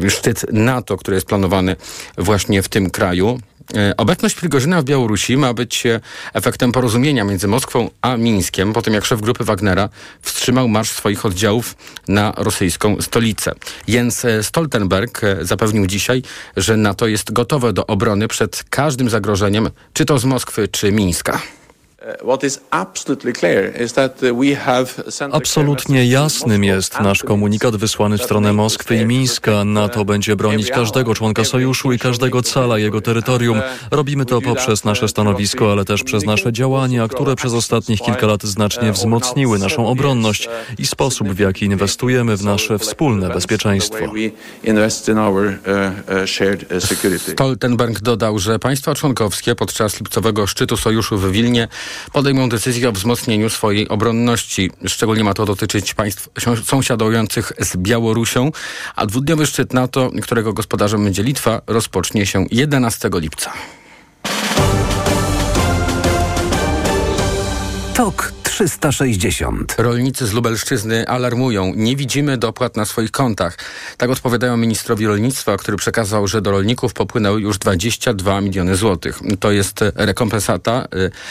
szczyt NATO, który jest planowany właśnie w tym kraju. Obecność Prigorzyna w Białorusi ma być efektem porozumienia między Moskwą a Mińskiem, po tym jak szef grupy Wagnera wstrzymał marsz swoich oddziałów na rosyjską stolicę. Jens Stoltenberg zapewnił dzisiaj, że NATO jest gotowe do obrony przed każdym zagrożeniem, czy to z Moskwy, czy Mińska. Absolutnie jasnym jest nasz komunikat wysłany w stronę Moskwy i Mińska. NATO będzie bronić każdego członka sojuszu i każdego cala jego terytorium. Robimy to poprzez nasze stanowisko, ale też przez nasze działania, które przez ostatnich kilka lat znacznie wzmocniły naszą obronność i sposób, w jaki inwestujemy w nasze wspólne bezpieczeństwo. Stoltenberg dodał, że państwa członkowskie podczas lipcowego szczytu sojuszu w Wilnie podejmą decyzję o wzmocnieniu swojej obronności. Szczególnie ma to dotyczyć państw sąsiadujących z Białorusią, a dwudniowy szczyt NATO, którego gospodarzem będzie Litwa, rozpocznie się 11 lipca. TOK 360. Rolnicy z Lubelszczyzny alarmują. Nie widzimy dopłat na swoich kontach. Tak odpowiadają ministrowi rolnictwa, który przekazał, że do rolników popłynęły już 22 miliony złotych. To jest rekompensata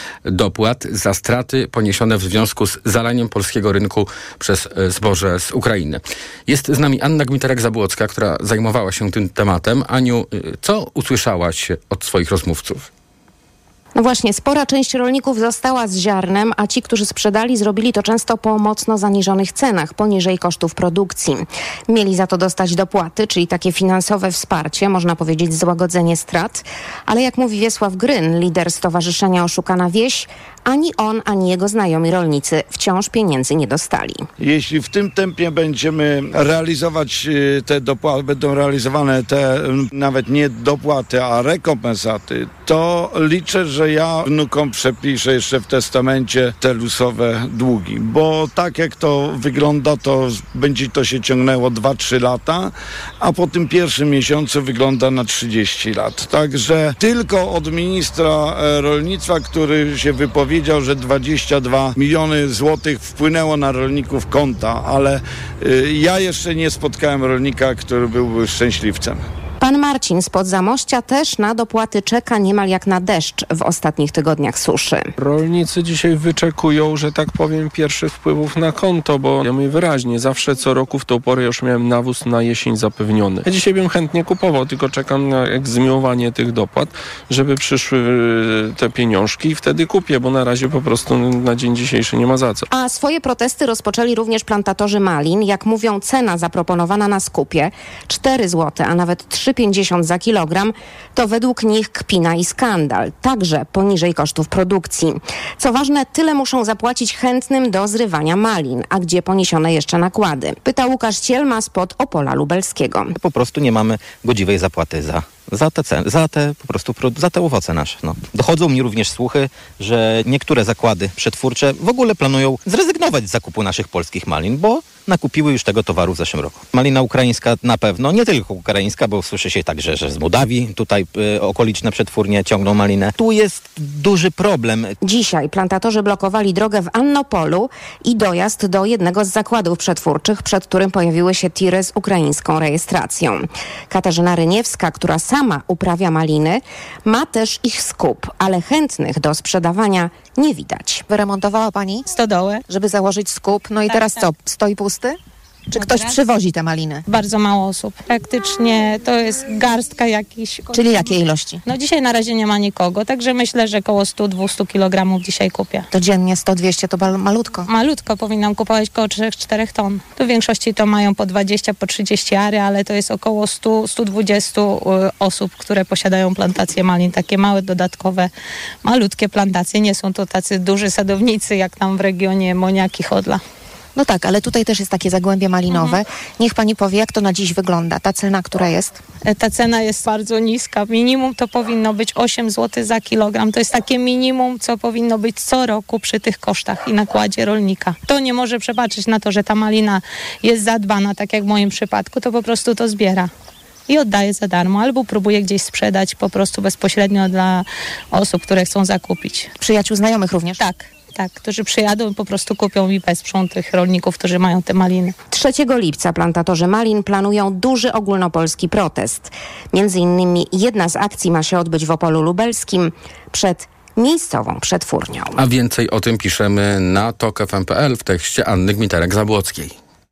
dopłat za straty poniesione w związku z zalaniem polskiego rynku przez zboże z Ukrainy. Jest z nami Anna Gmiterek-Zabłocka, która zajmowała się tym tematem. Aniu, co usłyszałaś od swoich rozmówców? No właśnie, spora część rolników została z ziarnem, a ci, którzy sprzedali, zrobili to często po mocno zaniżonych cenach, poniżej kosztów produkcji. Mieli za to dostać dopłaty, czyli takie finansowe wsparcie, można powiedzieć złagodzenie strat. Ale jak mówi Wiesław Gryn, lider Stowarzyszenia Oszukana Wieś, ani on, ani jego znajomi rolnicy wciąż pieniędzy nie dostali. Jeśli w tym tempie będziemy realizować te dopłaty, będą realizowane te nawet nie dopłaty, a rekompensaty, to liczę, że ja wnukom przepiszę jeszcze w testamencie te lusowe długi, bo tak jak to wygląda, to będzie to się ciągnęło 2-3 lata, a po tym pierwszym miesiącu wygląda na 30 lat. Także tylko od ministra rolnictwa, który się wypowiedział, że 22 miliony złotych wpłynęło na rolników konta, ale ja jeszcze nie spotkałem rolnika, który byłby szczęśliwcem. Pan Marcin spod Zamościa też na dopłaty czeka niemal jak na deszcz w ostatnich tygodniach suszy. Rolnicy dzisiaj wyczekują, że tak powiem, pierwszych wpływów na konto, bo ja mówię wyraźnie, zawsze co roku w tą porę już miałem nawóz na jesień zapewniony. Ja dzisiaj bym chętnie kupował, tylko czekam na zmiłowanie tych dopłat, żeby przyszły te pieniążki i wtedy kupię, bo na razie po prostu na dzień dzisiejszy nie ma za co. A swoje protesty rozpoczęli również plantatorzy malin. Jak mówią, cena zaproponowana na skupie 4 zł, a nawet 3,50 za kilogram, to według nich kpina i skandal. Także poniżej kosztów produkcji. Co ważne, tyle muszą zapłacić chętnym do zrywania malin, a gdzie poniesione jeszcze nakłady? Pyta Łukasz Cielma spod Opola Lubelskiego. Po prostu nie mamy godziwej zapłaty za te owoce nasze. No. Dochodzą mi również słuchy, że niektóre zakłady przetwórcze w ogóle planują zrezygnować z zakupu naszych polskich malin, bo nakupiły już tego towaru w zeszłym roku. Malina ukraińska na pewno, nie tylko ukraińska, bo słyszy się także, że z Mołdawii tutaj okoliczne przetwórnie ciągną malinę. Tu jest duży problem. Dzisiaj plantatorzy blokowali drogę w Annopolu i dojazd do jednego z zakładów przetwórczych, przed którym pojawiły się tiry z ukraińską rejestracją. Katarzyna Ryniewska, która sama uprawia maliny, ma też ich skup, ale chętnych do sprzedawania nie widać. Wyremontowała pani stodołę, żeby założyć skup, no i tak, teraz tak. co, stoi pusty? Czy ktoś przywozi te maliny? Bardzo mało osób. Praktycznie to jest garstka jakichś. Czyli jakie ilości? No dzisiaj na razie nie ma nikogo, także myślę, że około 100-200 kg dzisiaj kupię. To dziennie 100-200 to malutko. Malutko powinnam kupować około 3-4 ton. Tu w większości to mają po 20, po 30 ary, ale to jest około 100-120 osób, które posiadają plantacje malin. Takie małe, dodatkowe, malutkie plantacje. Nie są to tacy duży sadownicy, jak tam w regionie Moniaki, Chodla. No tak, ale tutaj też jest takie zagłębie malinowe. Niech pani powie, jak to na dziś wygląda, ta cena, która jest? Ta cena jest bardzo niska. Minimum to powinno być 8 zł za kilogram. To jest takie minimum, co powinno być co roku przy tych kosztach i nakładzie rolnika. To nie może przebaczyć na to, że ta malina jest zadbana, tak jak w moim przypadku, to po prostu to zbiera i oddaje za darmo, albo próbuje gdzieś sprzedać po prostu bezpośrednio dla osób, które chcą zakupić. Przyjaciół, znajomych również? Tak. tak, którzy przyjadą i po prostu kupią i wesprzą tych rolników, którzy mają te maliny. 3 lipca plantatorzy malin planują duży ogólnopolski protest. Między innymi jedna z akcji ma się odbyć w Opolu Lubelskim przed miejscową przetwórnią. A więcej o tym piszemy na tok.fm.pl w tekście Anny Gmiterek-Zabłockiej.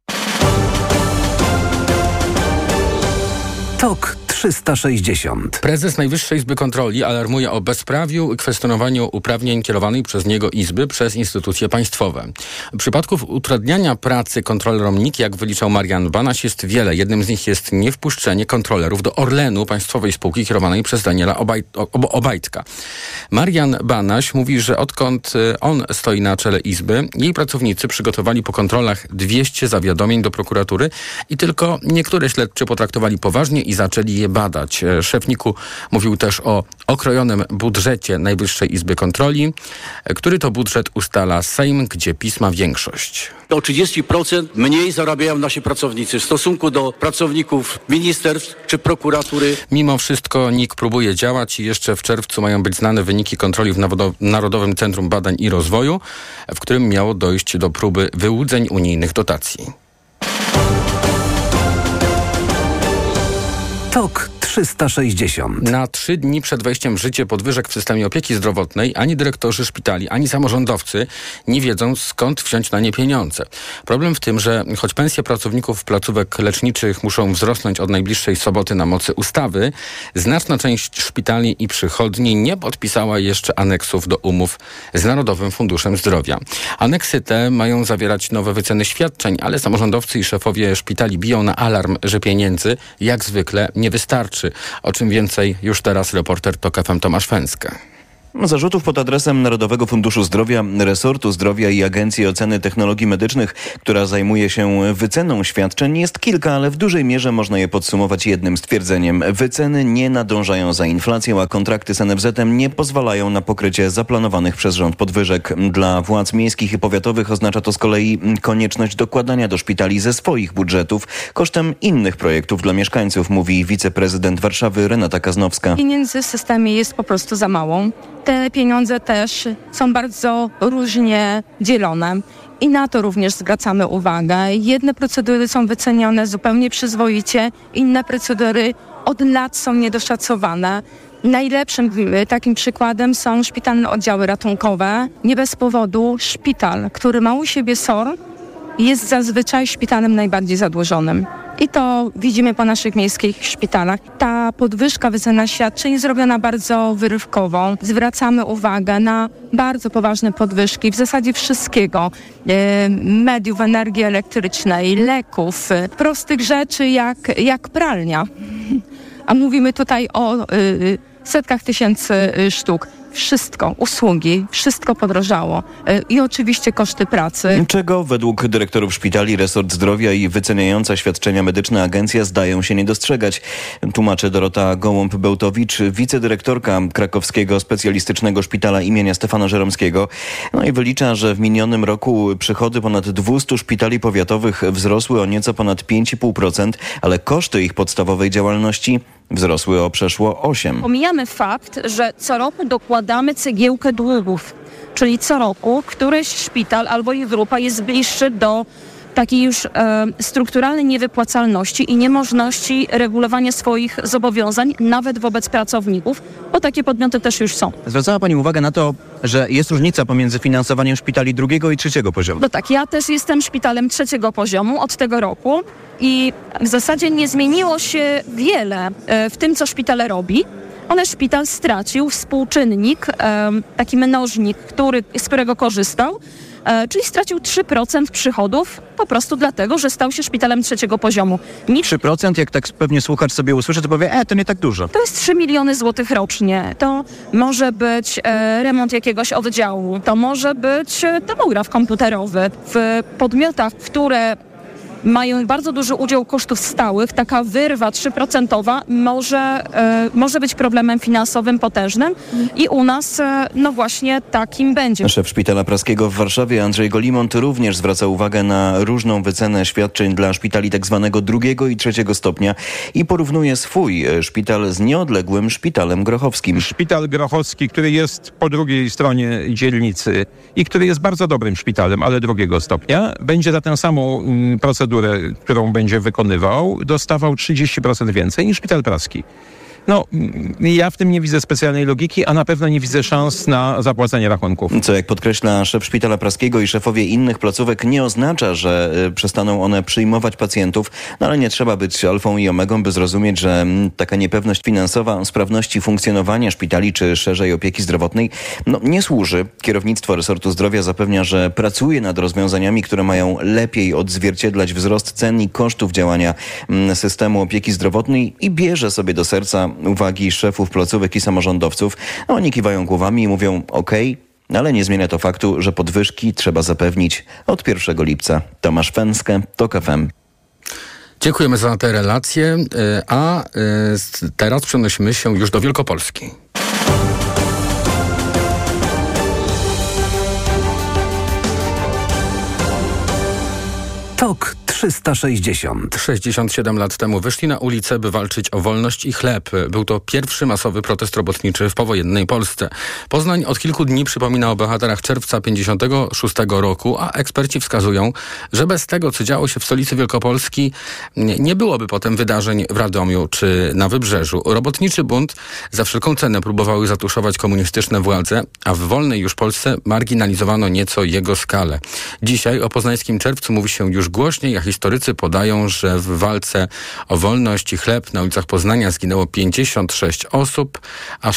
TOK 360. Prezes Najwyższej Izby Kontroli alarmuje o bezprawiu i kwestionowaniu uprawnień kierowanej przez niego Izby przez instytucje państwowe. Przypadków utrudniania pracy kontrolerom NIK, jak wyliczał Marian Banaś, jest wiele. Jednym z nich jest niewpuszczenie kontrolerów do Orlenu, państwowej spółki kierowanej przez Daniela Obajtka. Marian Banaś mówi, że odkąd on stoi na czele Izby, jej pracownicy przygotowali po kontrolach 200 zawiadomień do prokuratury i tylko niektóre śledczy potraktowali poważnie i zaczęli je badać. Szef NIK-u mówił też o okrojonym budżecie Najwyższej Izby Kontroli, który to budżet ustala Sejm, gdzie PiS ma większość. O 30% mniej zarabiają nasi pracownicy w stosunku do pracowników ministerstw czy prokuratury. Mimo wszystko NIK próbuje działać i jeszcze w czerwcu mają być znane wyniki kontroli w Narodowym Centrum Badań i Rozwoju, w którym miało dojść do próby wyłudzeń unijnych dotacji. TOK 360. Na 3 dni przed wejściem w życie podwyżek w systemie opieki zdrowotnej ani dyrektorzy szpitali, ani samorządowcy nie wiedzą, skąd wziąć na nie pieniądze. Problem w tym, że choć pensje pracowników placówek leczniczych muszą wzrosnąć od najbliższej soboty na mocy ustawy, znaczna część szpitali i przychodni nie podpisała jeszcze aneksów do umów z Narodowym Funduszem Zdrowia. Aneksy te mają zawierać nowe wyceny świadczeń, ale samorządowcy i szefowie szpitali biją na alarm, że pieniędzy jak zwykle nie wystarczy. O czym więcej już teraz reporter TOK FM Tomasz Fęskę. Zarzutów pod adresem Narodowego Funduszu Zdrowia, Resortu Zdrowia i Agencji Oceny Technologii Medycznych, która zajmuje się wyceną świadczeń, jest kilka, ale w dużej mierze można je podsumować jednym stwierdzeniem. Wyceny nie nadążają za inflacją, a kontrakty z NFZ-em nie pozwalają na pokrycie zaplanowanych przez rząd podwyżek. Dla władz miejskich i powiatowych oznacza to z kolei konieczność dokładania do szpitali ze swoich budżetów kosztem innych projektów dla mieszkańców, mówi wiceprezydent Warszawy Renata Kaznowska. Pieniędzy w systemie jest po prostu za mało. Te pieniądze też są bardzo różnie dzielone i na to również zwracamy uwagę. Jedne procedury są wycenione zupełnie przyzwoicie, inne procedury od lat są niedoszacowane. Najlepszym takim przykładem są szpitalne oddziały ratunkowe. Nie bez powodu szpital, który ma u siebie SOR, jest zazwyczaj szpitalem najbardziej zadłużonym. I to widzimy po naszych miejskich szpitalach. Ta podwyżka wyceny świadczeń jest zrobiona bardzo wyrywkowo. Zwracamy uwagę na bardzo poważne podwyżki w zasadzie wszystkiego. Mediów, energii elektrycznej, leków, prostych rzeczy jak pralnia. A mówimy tutaj o setkach tysięcy sztuk. Wszystko, usługi, wszystko podrożało i oczywiście koszty pracy. Czego według dyrektorów szpitali resort zdrowia i wyceniająca świadczenia medyczne agencja zdają się nie dostrzegać. Tłumaczy Dorota Gołąb-Bełtowicz, wicedyrektorka Krakowskiego Specjalistycznego Szpitala imienia Stefana Żeromskiego. No i wylicza, że w minionym roku przychody ponad 200 szpitali powiatowych wzrosły o nieco ponad 5,5%, ale koszty ich podstawowej działalności wzrosły o przeszło 8%. Pomijamy fakt, że co roku dokładamy cegiełkę długów, czyli co roku któryś szpital albo ich grupa jest bliższy do takiej już strukturalnej niewypłacalności i niemożności regulowania swoich zobowiązań nawet wobec pracowników, bo takie podmioty też już są. Zwracała Pani uwagę na to, że jest różnica pomiędzy finansowaniem szpitali drugiego i trzeciego poziomu. No tak, ja też jestem szpitalem trzeciego poziomu od tego roku i w zasadzie nie zmieniło się wiele w tym, co szpital robi. Ale szpital stracił współczynnik, taki mnożnik, z którego korzystał, czyli stracił 3% przychodów po prostu dlatego, że stał się szpitalem trzeciego poziomu. 3%, jak tak pewnie słuchacz sobie usłyszy, to powie, to nie tak dużo. To jest 3 miliony złotych rocznie. To może być remont jakiegoś oddziału, to może być tomograf komputerowy. W podmiotach, które mają bardzo duży udział kosztów stałych, taka wyrwa 3% może być problemem finansowym potężnym i u nas no właśnie takim będzie. Szef Szpitala Praskiego w Warszawie Andrzej Golimont również zwraca uwagę na różną wycenę świadczeń dla szpitali tzw. 2. i 3. stopnia i porównuje swój szpital z nieodległym Szpitalem Grochowskim. Szpital Grochowski, który jest po drugiej stronie dzielnicy i który jest bardzo dobrym szpitalem, ale 2. stopnia, będzie za tę samą procedurę, którą będzie wykonywał, dostawał 30% więcej niż Szpital Praski. No, ja w tym nie widzę specjalnej logiki, a na pewno nie widzę szans na zapłacenie rachunków. Co, jak podkreśla szef Szpitala Praskiego i szefowie innych placówek, nie oznacza, że przestaną one przyjmować pacjentów, no ale nie trzeba być alfą i omegą, by zrozumieć, że taka niepewność finansowa sprawności funkcjonowania szpitali czy szerzej opieki zdrowotnej nie służy. Kierownictwo resortu zdrowia zapewnia, że pracuje nad rozwiązaniami, które mają lepiej odzwierciedlać wzrost cen i kosztów działania systemu opieki zdrowotnej i bierze sobie do serca uwagi szefów placówek i samorządowców. Oni kiwają głowami i mówią okej, ale nie zmienia to faktu, że podwyżki trzeba zapewnić od 1 lipca. Tomasz Fęskę, TOK FM. Dziękujemy za te relacje, a teraz przenosimy się już do Wielkopolski. TOK 360. 67 lat temu wyszli na ulicę, by walczyć o wolność i chleb. Był to pierwszy masowy protest robotniczy w powojennej Polsce. Poznań od kilku dni przypomina o bohaterach czerwca 56 roku, a eksperci wskazują, że bez tego, co działo się w stolicy Wielkopolski, nie byłoby potem wydarzeń w Radomiu czy na Wybrzeżu. Robotniczy bunt za wszelką cenę próbowały zatuszować komunistyczne władze, a w wolnej już Polsce marginalizowano nieco jego skalę. Dzisiaj o poznańskim czerwcu mówi się już głośniej, a historycy podają, że w walce o wolność i chleb na ulicach Poznania zginęło 56 osób, a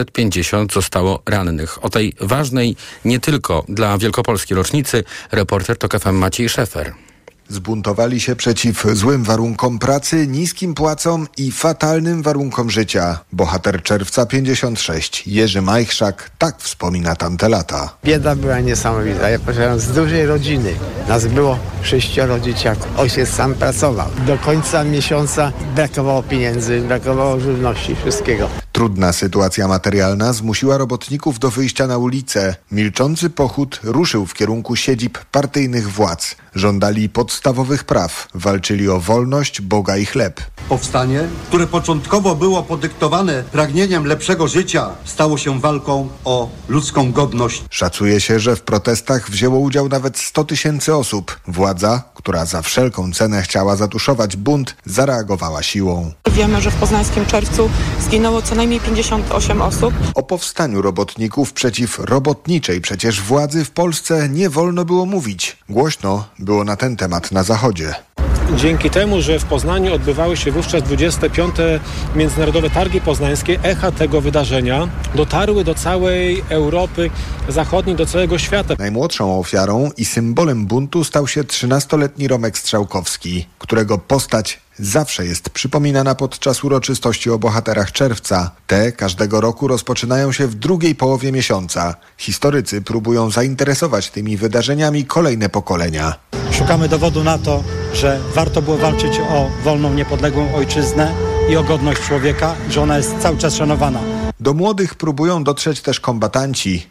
650 zostało rannych. O tej ważnej nie tylko dla wielkopolskiej rocznicy reporter TOK FM Maciej Szefer. Zbuntowali się przeciw złym warunkom pracy, niskim płacom i fatalnym warunkom życia. Bohater czerwca 56, Jerzy Majchrzak, tak wspomina tamte lata. Bieda była niesamowita. Ja pochodziłem z dużej rodziny. Nas było 6 dzieciaków. Ojciec sam pracował. Do końca miesiąca brakowało pieniędzy, brakowało żywności, wszystkiego. Trudna sytuacja materialna zmusiła robotników do wyjścia na ulicę. Milczący pochód ruszył w kierunku siedzib partyjnych władz. Żądali podstawowych praw, walczyli o wolność, Boga i chleb. Powstanie, które początkowo było podyktowane pragnieniem lepszego życia, stało się walką o ludzką godność. Szacuje się, że w protestach wzięło udział nawet 100 000 osób. Władza, która za wszelką cenę chciała zatuszować bunt, zareagowała siłą. Wiemy, że w poznańskim czerwcu zginęło co najmniej 58 osób. O powstaniu robotników przeciw robotniczej przecież władzy w Polsce nie wolno było mówić. Głośno było na ten temat na Zachodzie. Dzięki temu, że w Poznaniu odbywały się wówczas 25. Międzynarodowe Targi Poznańskie, echa tego wydarzenia dotarły do całej Europy Zachodniej, do całego świata. Najmłodszą ofiarą i symbolem buntu stał się 13-letni Romek Strzałkowski, którego postać zawsze jest przypominana podczas uroczystości o bohaterach czerwca. Te każdego roku rozpoczynają się w drugiej połowie miesiąca. Historycy próbują zainteresować tymi wydarzeniami kolejne pokolenia. Szukamy dowodu na to, że warto było walczyć o wolną, niepodległą ojczyznę i o godność człowieka, że ona jest cały czas szanowana. Do młodych próbują dotrzeć też kombatanci.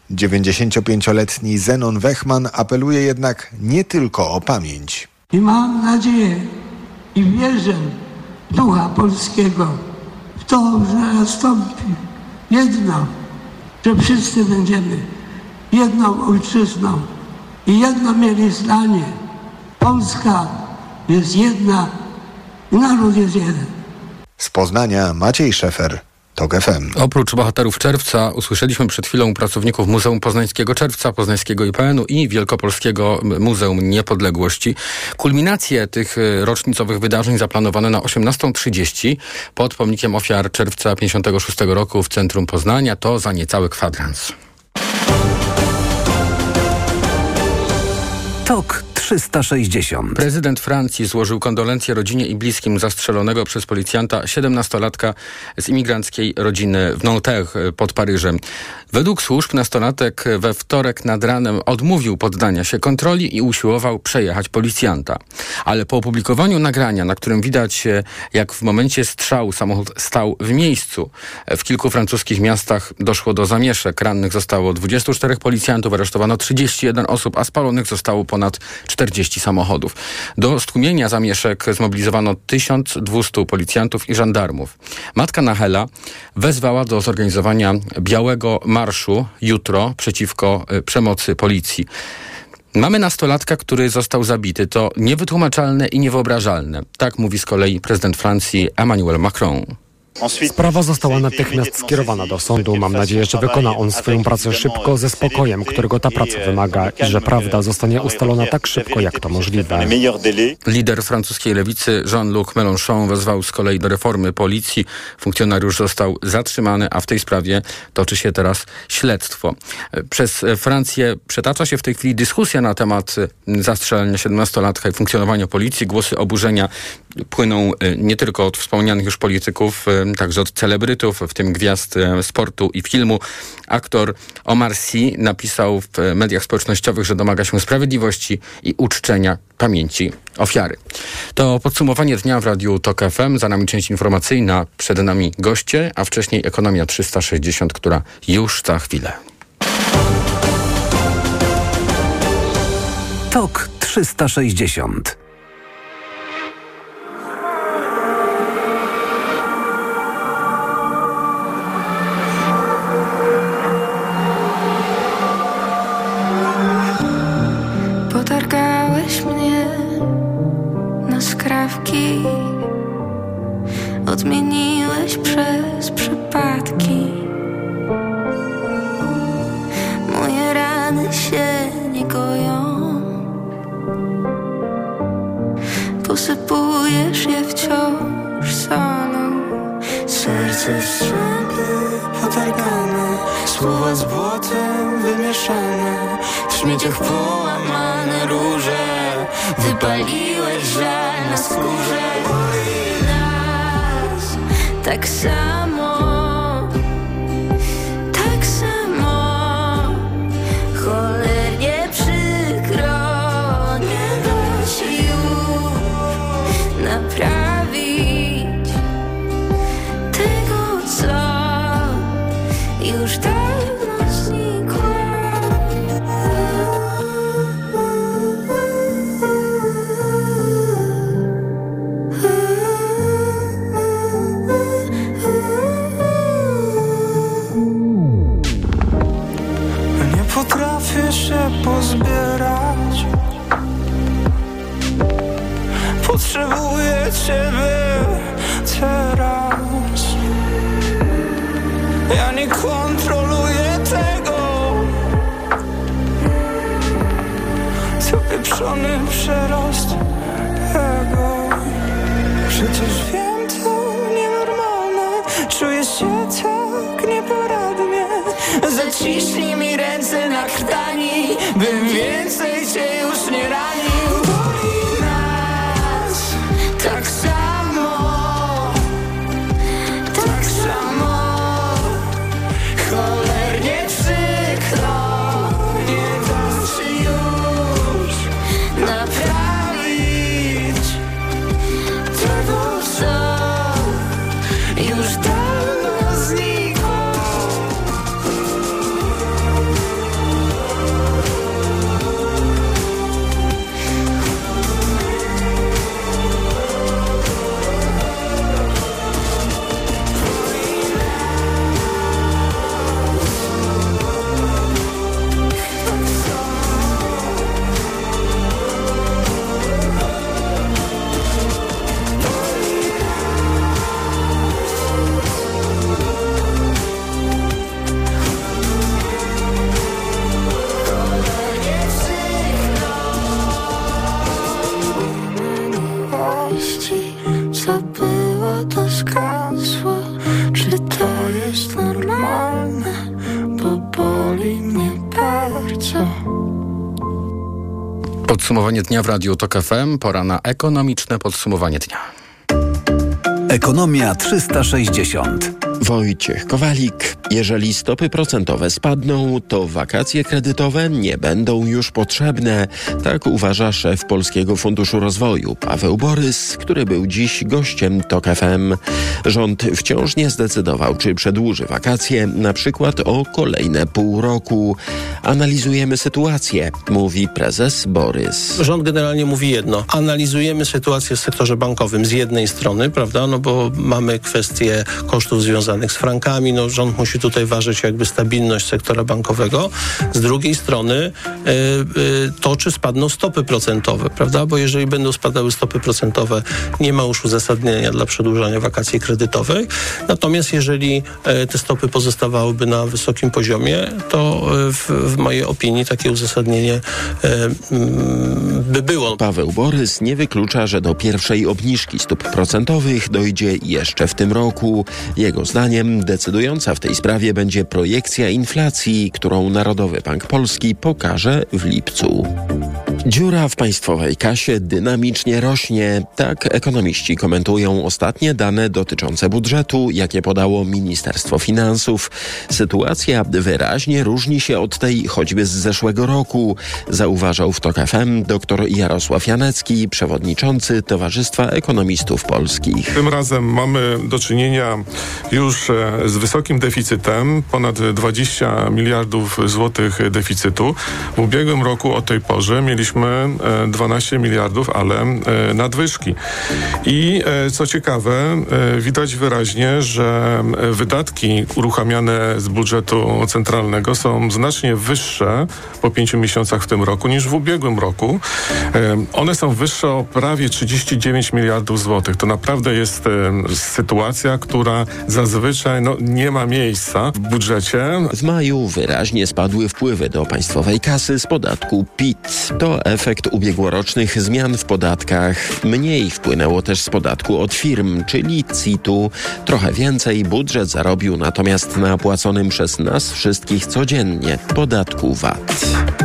95-letni Zenon Wechman apeluje jednak nie tylko o pamięć. I mam nadzieję i wierzę w ducha polskiego, w to, że nastąpi jedno, że wszyscy będziemy jedną ojczyzną i jedno mieli zdanie. Polska jest jedna, naród jest jeden. Z Poznania Maciej Szefer, TOK FM. Oprócz bohaterów czerwca usłyszeliśmy przed chwilą pracowników Muzeum Poznańskiego Czerwca, Poznańskiego IPN-u i Wielkopolskiego Muzeum Niepodległości. Kulminacje tych rocznicowych wydarzeń zaplanowane na 18:30 pod pomnikiem ofiar czerwca 56 roku w centrum Poznania. To za niecały kwadrans. TOK 360. Prezydent Francji złożył kondolencje rodzinie i bliskim zastrzelonego przez policjanta 17-latka z imigranckiej rodziny w Nanterre pod Paryżem. Według służb nastolatek we wtorek nad ranem odmówił poddania się kontroli i usiłował przejechać policjanta. Ale po opublikowaniu nagrania, na którym widać, jak w momencie strzału samochód stał w miejscu, w kilku francuskich miastach doszło do zamieszek. Rannych zostało 24 policjantów, aresztowano 31 osób, a spalonych zostało ponad 40 samochodów. Do stłumienia zamieszek zmobilizowano 1200 policjantów i żandarmów. Matka Nahela wezwała do zorganizowania białego marszu jutro przeciwko przemocy policji. Mamy nastolatka, który został zabity. To niewytłumaczalne i niewyobrażalne. Tak mówi z kolei prezydent Francji Emmanuel Macron. Sprawa została natychmiast skierowana do sądu. Mam nadzieję, że wykona on swoją pracę szybko, ze spokojem, którego ta praca wymaga i że prawda zostanie ustalona tak szybko, jak to możliwe. Lider francuskiej lewicy Jean-Luc Mélenchon wezwał z kolei do reformy policji. Funkcjonariusz został zatrzymany, a w tej sprawie toczy się teraz śledztwo. Przez Francję przetacza się w tej chwili dyskusja na temat zastrzelenia 17-latka i funkcjonowania policji. Głosy oburzenia płyną nie tylko od wspomnianych już polityków, także od celebrytów, w tym gwiazd sportu i filmu. Aktor Omar Sy napisał w mediach społecznościowych, że domaga się sprawiedliwości i uczczenia pamięci ofiary. To podsumowanie dnia w Radiu TOK FM. Za nami część informacyjna, przed nami goście, a wcześniej Ekonomia 360, która już za chwilę. TOK 360. Potargałeś mnie na skrawki, odmieniłeś przez przypadki. Moje rany się nie goją, posypujesz je wciąż solą. Serce w strzępy potargane, słowa z błotem wymieszane, w śmieciach połamane róże, wypaliłeś żal na skórze. Boli nas tak samo, tak samo, cholernie przykro, nie da się już naprawić tego, co już dawno znikło. Nie potrafię się pozbierać, potrzebuję Ciebie teraz. Ja nie kontroluję tego, co pieprzony przerost tego. Przecież wiem, to nienormalne, czuję się tak nieporadnie. Zaciśnij mi ręce na krtani, bym więcej Cię już nie ranił. Boli nas tak samo, tak samo, cholernie przykro, nie da się już naprawić tego, co już dawno znikło. Podsumowanie dnia w Radiu TOK FM. Pora na ekonomiczne podsumowanie dnia. Ekonomia 360. Wojciech Kowalik. Jeżeli stopy procentowe spadną, to wakacje kredytowe nie będą już potrzebne. Tak uważa szef Polskiego Funduszu Rozwoju Paweł Borys, który był dziś gościem TOK FM. Rząd wciąż nie zdecydował, czy przedłuży wakacje, na przykład o kolejne pół roku. Analizujemy sytuację, mówi prezes Borys. Rząd generalnie mówi jedno. Analizujemy sytuację w sektorze bankowym z jednej strony, prawda, bo mamy kwestie kosztów związanych z frankami, rząd musi tutaj ważyć jakby stabilność sektora bankowego. Z drugiej strony to, czy spadną stopy procentowe, prawda, bo jeżeli będą spadały stopy procentowe, nie ma już uzasadnienia dla przedłużania wakacji kredytowych. Natomiast jeżeli te stopy pozostawałyby na wysokim poziomie, to w mojej opinii takie uzasadnienie by było. Paweł Borys nie wyklucza, że do pierwszej obniżki stóp procentowych dojdzie jeszcze w tym roku. Jego zdaniem decydująca w tej sprawie będzie projekcja inflacji, którą Narodowy Bank Polski pokaże w lipcu. Dziura w państwowej kasie dynamicznie rośnie. Tak ekonomiści komentują ostatnie dane dotyczące budżetu, jakie podało Ministerstwo Finansów. Sytuacja wyraźnie różni się od tej choćby z zeszłego roku, zauważał w TOK FM dr Jarosław Janecki, przewodniczący Towarzystwa Ekonomistów Polskich. Tym razem mamy do czynienia już z wysokim deficytem, ponad 20 miliardów złotych deficytu. W ubiegłym roku o tej porze mieliśmy 12 miliardów, ale nadwyżki. I co ciekawe, widać wyraźnie, że wydatki uruchamiane z budżetu centralnego są znacznie wyższe po 5 miesiącach w tym roku niż w ubiegłym roku. One są wyższe o prawie 39 miliardów złotych. To naprawdę jest sytuacja, która zazwyczaj nie ma miejsca w budżecie. W maju wyraźnie spadły wpływy do państwowej kasy z podatku PIT. To efekt ubiegłorocznych zmian w podatkach. Mniej wpłynęło też z podatku od firm, czyli CIT-u. Trochę więcej budżet zarobił natomiast na płaconym przez nas wszystkich codziennie podatku VAT.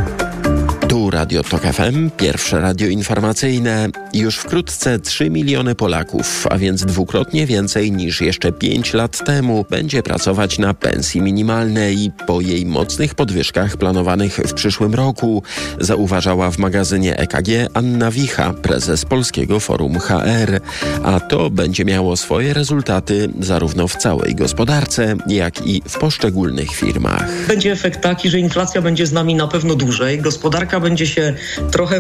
Tu Radio TOK FM, pierwsze radio informacyjne. Już wkrótce 3 miliony Polaków, a więc dwukrotnie więcej niż jeszcze 5 lat temu, będzie pracować na pensji minimalnej po jej mocnych podwyżkach planowanych w przyszłym roku, zauważała w magazynie EKG Anna Wicha, prezes Polskiego Forum HR. A to będzie miało swoje rezultaty zarówno w całej gospodarce, jak i w poszczególnych firmach. Będzie efekt taki, że inflacja będzie z nami na pewno dłużej, gospodarka będzie się trochę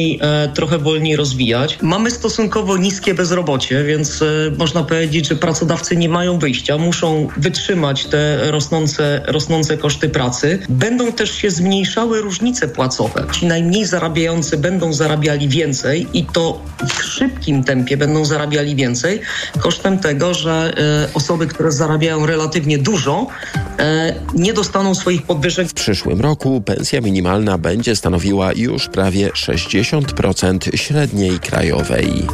wolniej rozwijać. Mamy stosunkowo niskie bezrobocie, więc można powiedzieć, że pracodawcy nie mają wyjścia, muszą wytrzymać te rosnące koszty pracy. Będą też się zmniejszały różnice płacowe. Ci najmniej zarabiający będą zarabiali więcej i to w szybkim tempie będą zarabiali więcej, kosztem tego, że osoby, które zarabiają relatywnie dużo, nie dostaną swoich podwyżek. W przyszłym roku pensja minimalna będzie stanowiła już prawie 60% średniej krajowej.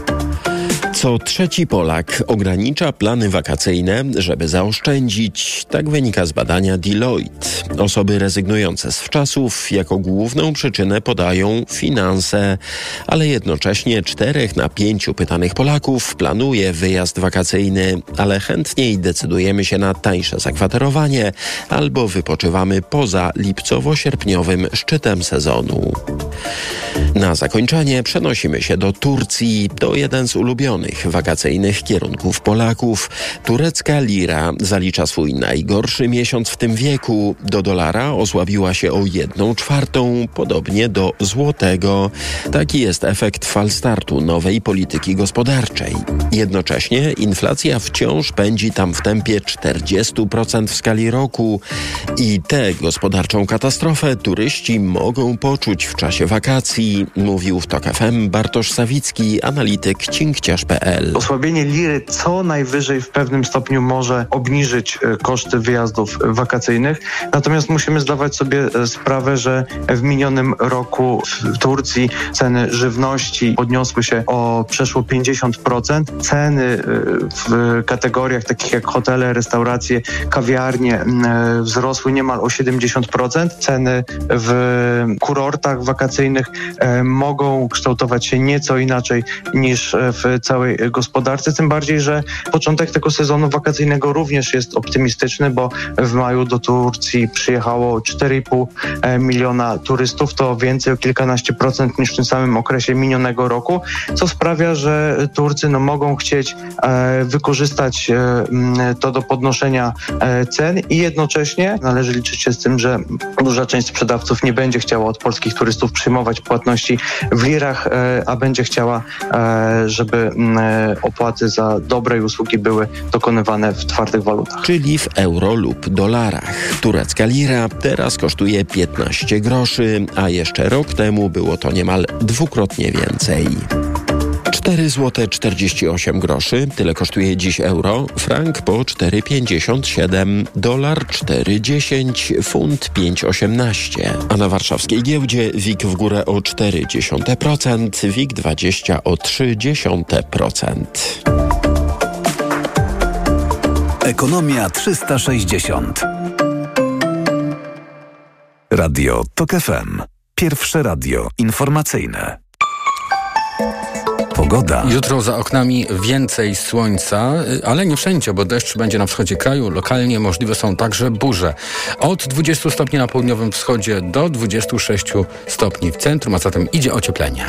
Co trzeci Polak ogranicza plany wakacyjne, żeby zaoszczędzić. Tak wynika z badania Deloitte. Osoby rezygnujące z wczasów jako główną przyczynę podają finanse, ale jednocześnie 4 na 5 pytanych Polaków planuje wyjazd wakacyjny, ale chętniej decydujemy się na tańsze zakwaterowanie albo wypoczywamy poza lipcowo-sierpniowym szczytem sezonu. Na zakończenie przenosimy się do Turcji. To jeden z ulubionych wakacyjnych kierunków Polaków. Turecka lira zalicza swój najgorszy miesiąc w tym wieku. Do dolara osłabiła się o 1/4, podobnie do złotego. Taki jest efekt falstartu nowej polityki gospodarczej. Jednocześnie inflacja wciąż pędzi tam w tempie 40% w skali roku i tę gospodarczą katastrofę turyści mogą poczuć w czasie wakacji, mówił w TOK FM Bartosz Sawicki, analityk cinkciarz.pl. Osłabienie liry co najwyżej w pewnym stopniu może obniżyć koszty wyjazdów wakacyjnych, natomiast musimy zdawać sobie sprawę, że w minionym roku w Turcji ceny żywności podniosły się o przeszło 50%. Ceny w kategoriach takich jak hotele, restauracje, kawiarnie wzrosły niemal o 70%. Ceny w kurortach wakacyjnych mogą kształtować się nieco inaczej niż w całej gospodarce, tym bardziej, że początek tego sezonu wakacyjnego również jest optymistyczny, bo w maju do Turcji przyjechało 4,5 miliona turystów, to więcej o kilkanaście procent niż w tym samym okresie minionego roku, co sprawia, że Turcy mogą chcieć wykorzystać to do podnoszenia cen i jednocześnie należy liczyć się z tym, że duża część sprzedawców nie będzie chciała od polskich turystów przyjmować płatności w lirach, a będzie chciała, żeby opłaty za dobre i usługi były dokonywane w twardych walutach. Czyli w euro lub dolarach. Turecka lira teraz kosztuje 15 groszy, a jeszcze rok temu było to niemal dwukrotnie więcej. 4,48 groszy, tyle kosztuje dziś euro, frank po 4,57, dolar 4,10, funt 5,18. A na warszawskiej giełdzie WIG w górę o 0,4%, WIG20 o 0,3%. Ekonomia 360. Radio TOK FM. Pierwsze radio informacyjne. Pogoda. Jutro za oknami więcej słońca, ale nie wszędzie, bo deszcz będzie na wschodzie kraju. Lokalnie możliwe są także burze. Od 20 stopni na południowym wschodzie do 26 stopni w centrum, a zatem idzie ocieplenie.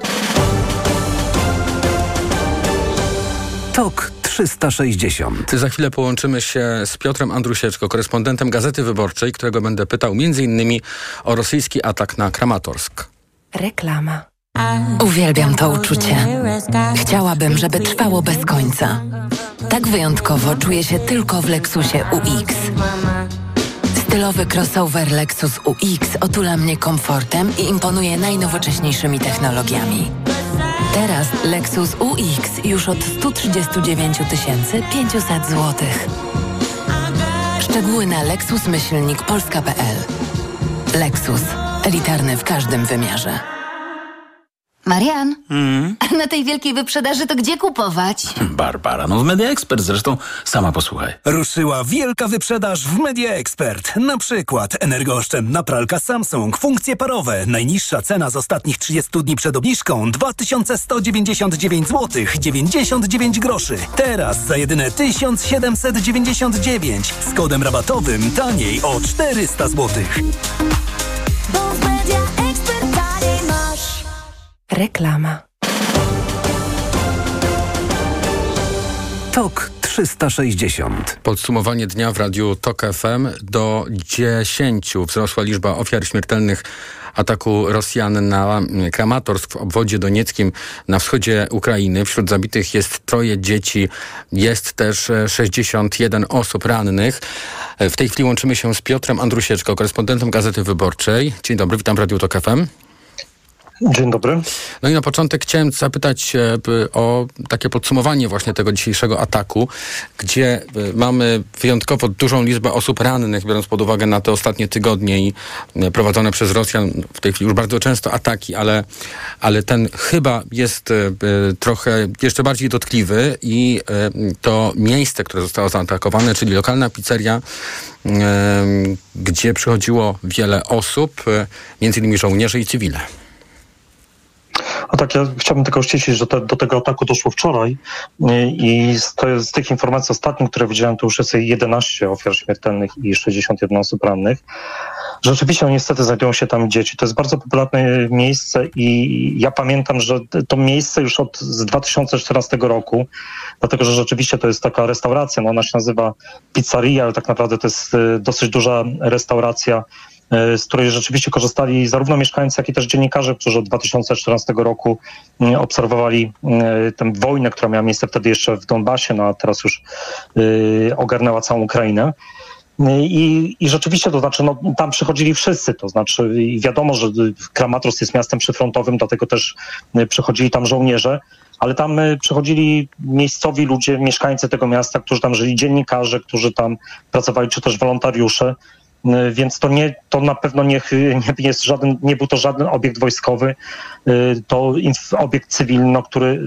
TOK 360. Za chwilę połączymy się z Piotrem Andrusieczko, korespondentem Gazety Wyborczej, którego będę pytał m.in. o rosyjski atak na Kramatorsk. Reklama. Uwielbiam to uczucie. Chciałabym, żeby trwało bez końca. Tak wyjątkowo czuję się tylko w Lexusie UX. Stylowy crossover Lexus UX otula mnie komfortem i imponuje najnowocześniejszymi technologiami. Teraz Lexus UX już od 139 500 zł. Szczegóły na lexus-polska.pl. Lexus. Elitarny w każdym wymiarze. Marian, a na tej wielkiej wyprzedaży to gdzie kupować? Barbara, w Media Expert zresztą, sama posłuchaj. Ruszyła wielka wyprzedaż w Media Expert. Na przykład energooszczędna pralka Samsung, funkcje parowe. Najniższa cena z ostatnich 30 dni przed obniżką 2199 zł 99 groszy. Teraz za jedyne 1799 z kodem rabatowym taniej o 400 zł. Reklama. TOK 360. Podsumowanie dnia w radiu TOK FM. Do 10 wzrosła liczba ofiar śmiertelnych ataku Rosjan na Kramatorsk w obwodzie donieckim na wschodzie Ukrainy. Wśród zabitych jest 3 dzieci, jest też 61 osób rannych. W tej chwili łączymy się z Piotrem Andrusieczko, korespondentem Gazety Wyborczej. Dzień dobry, witam w radiu TOK FM. Dzień dobry. No i na początek chciałem zapytać o takie podsumowanie właśnie tego dzisiejszego ataku, gdzie mamy wyjątkowo dużą liczbę osób rannych, biorąc pod uwagę na te ostatnie tygodnie i prowadzone przez Rosjan w tej chwili już bardzo często ataki, ale ten chyba jest trochę jeszcze bardziej dotkliwy i to miejsce, które zostało zaatakowane, czyli lokalna pizzeria, gdzie przychodziło wiele osób, między innymi żołnierze i cywile. A tak, ja chciałbym tylko uściślić, że do tego ataku doszło wczoraj i z tych informacji ostatnich, które widziałem, to już jest 11 ofiar śmiertelnych i 61 osób rannych. Rzeczywiście, niestety znajdują się tam dzieci. To jest bardzo popularne miejsce i ja pamiętam, że to miejsce już z 2014 roku, dlatego że rzeczywiście to jest taka restauracja, ona się nazywa pizzeria, ale tak naprawdę to jest dosyć duża restauracja, z której rzeczywiście korzystali zarówno mieszkańcy, jak i też dziennikarze, którzy od 2014 roku obserwowali tę wojnę, która miała miejsce wtedy jeszcze w Donbasie, a teraz już ogarnęła całą Ukrainę. I rzeczywiście, to znaczy, tam przychodzili wszyscy, to znaczy wiadomo, że Kramatorsk jest miastem przyfrontowym, dlatego też przychodzili tam żołnierze, ale tam przychodzili miejscowi ludzie, mieszkańcy tego miasta, którzy tam żyli, dziennikarze, którzy tam pracowali, czy też wolontariusze. Więc to na pewno nie był to żaden obiekt wojskowy, to obiekt cywilny, który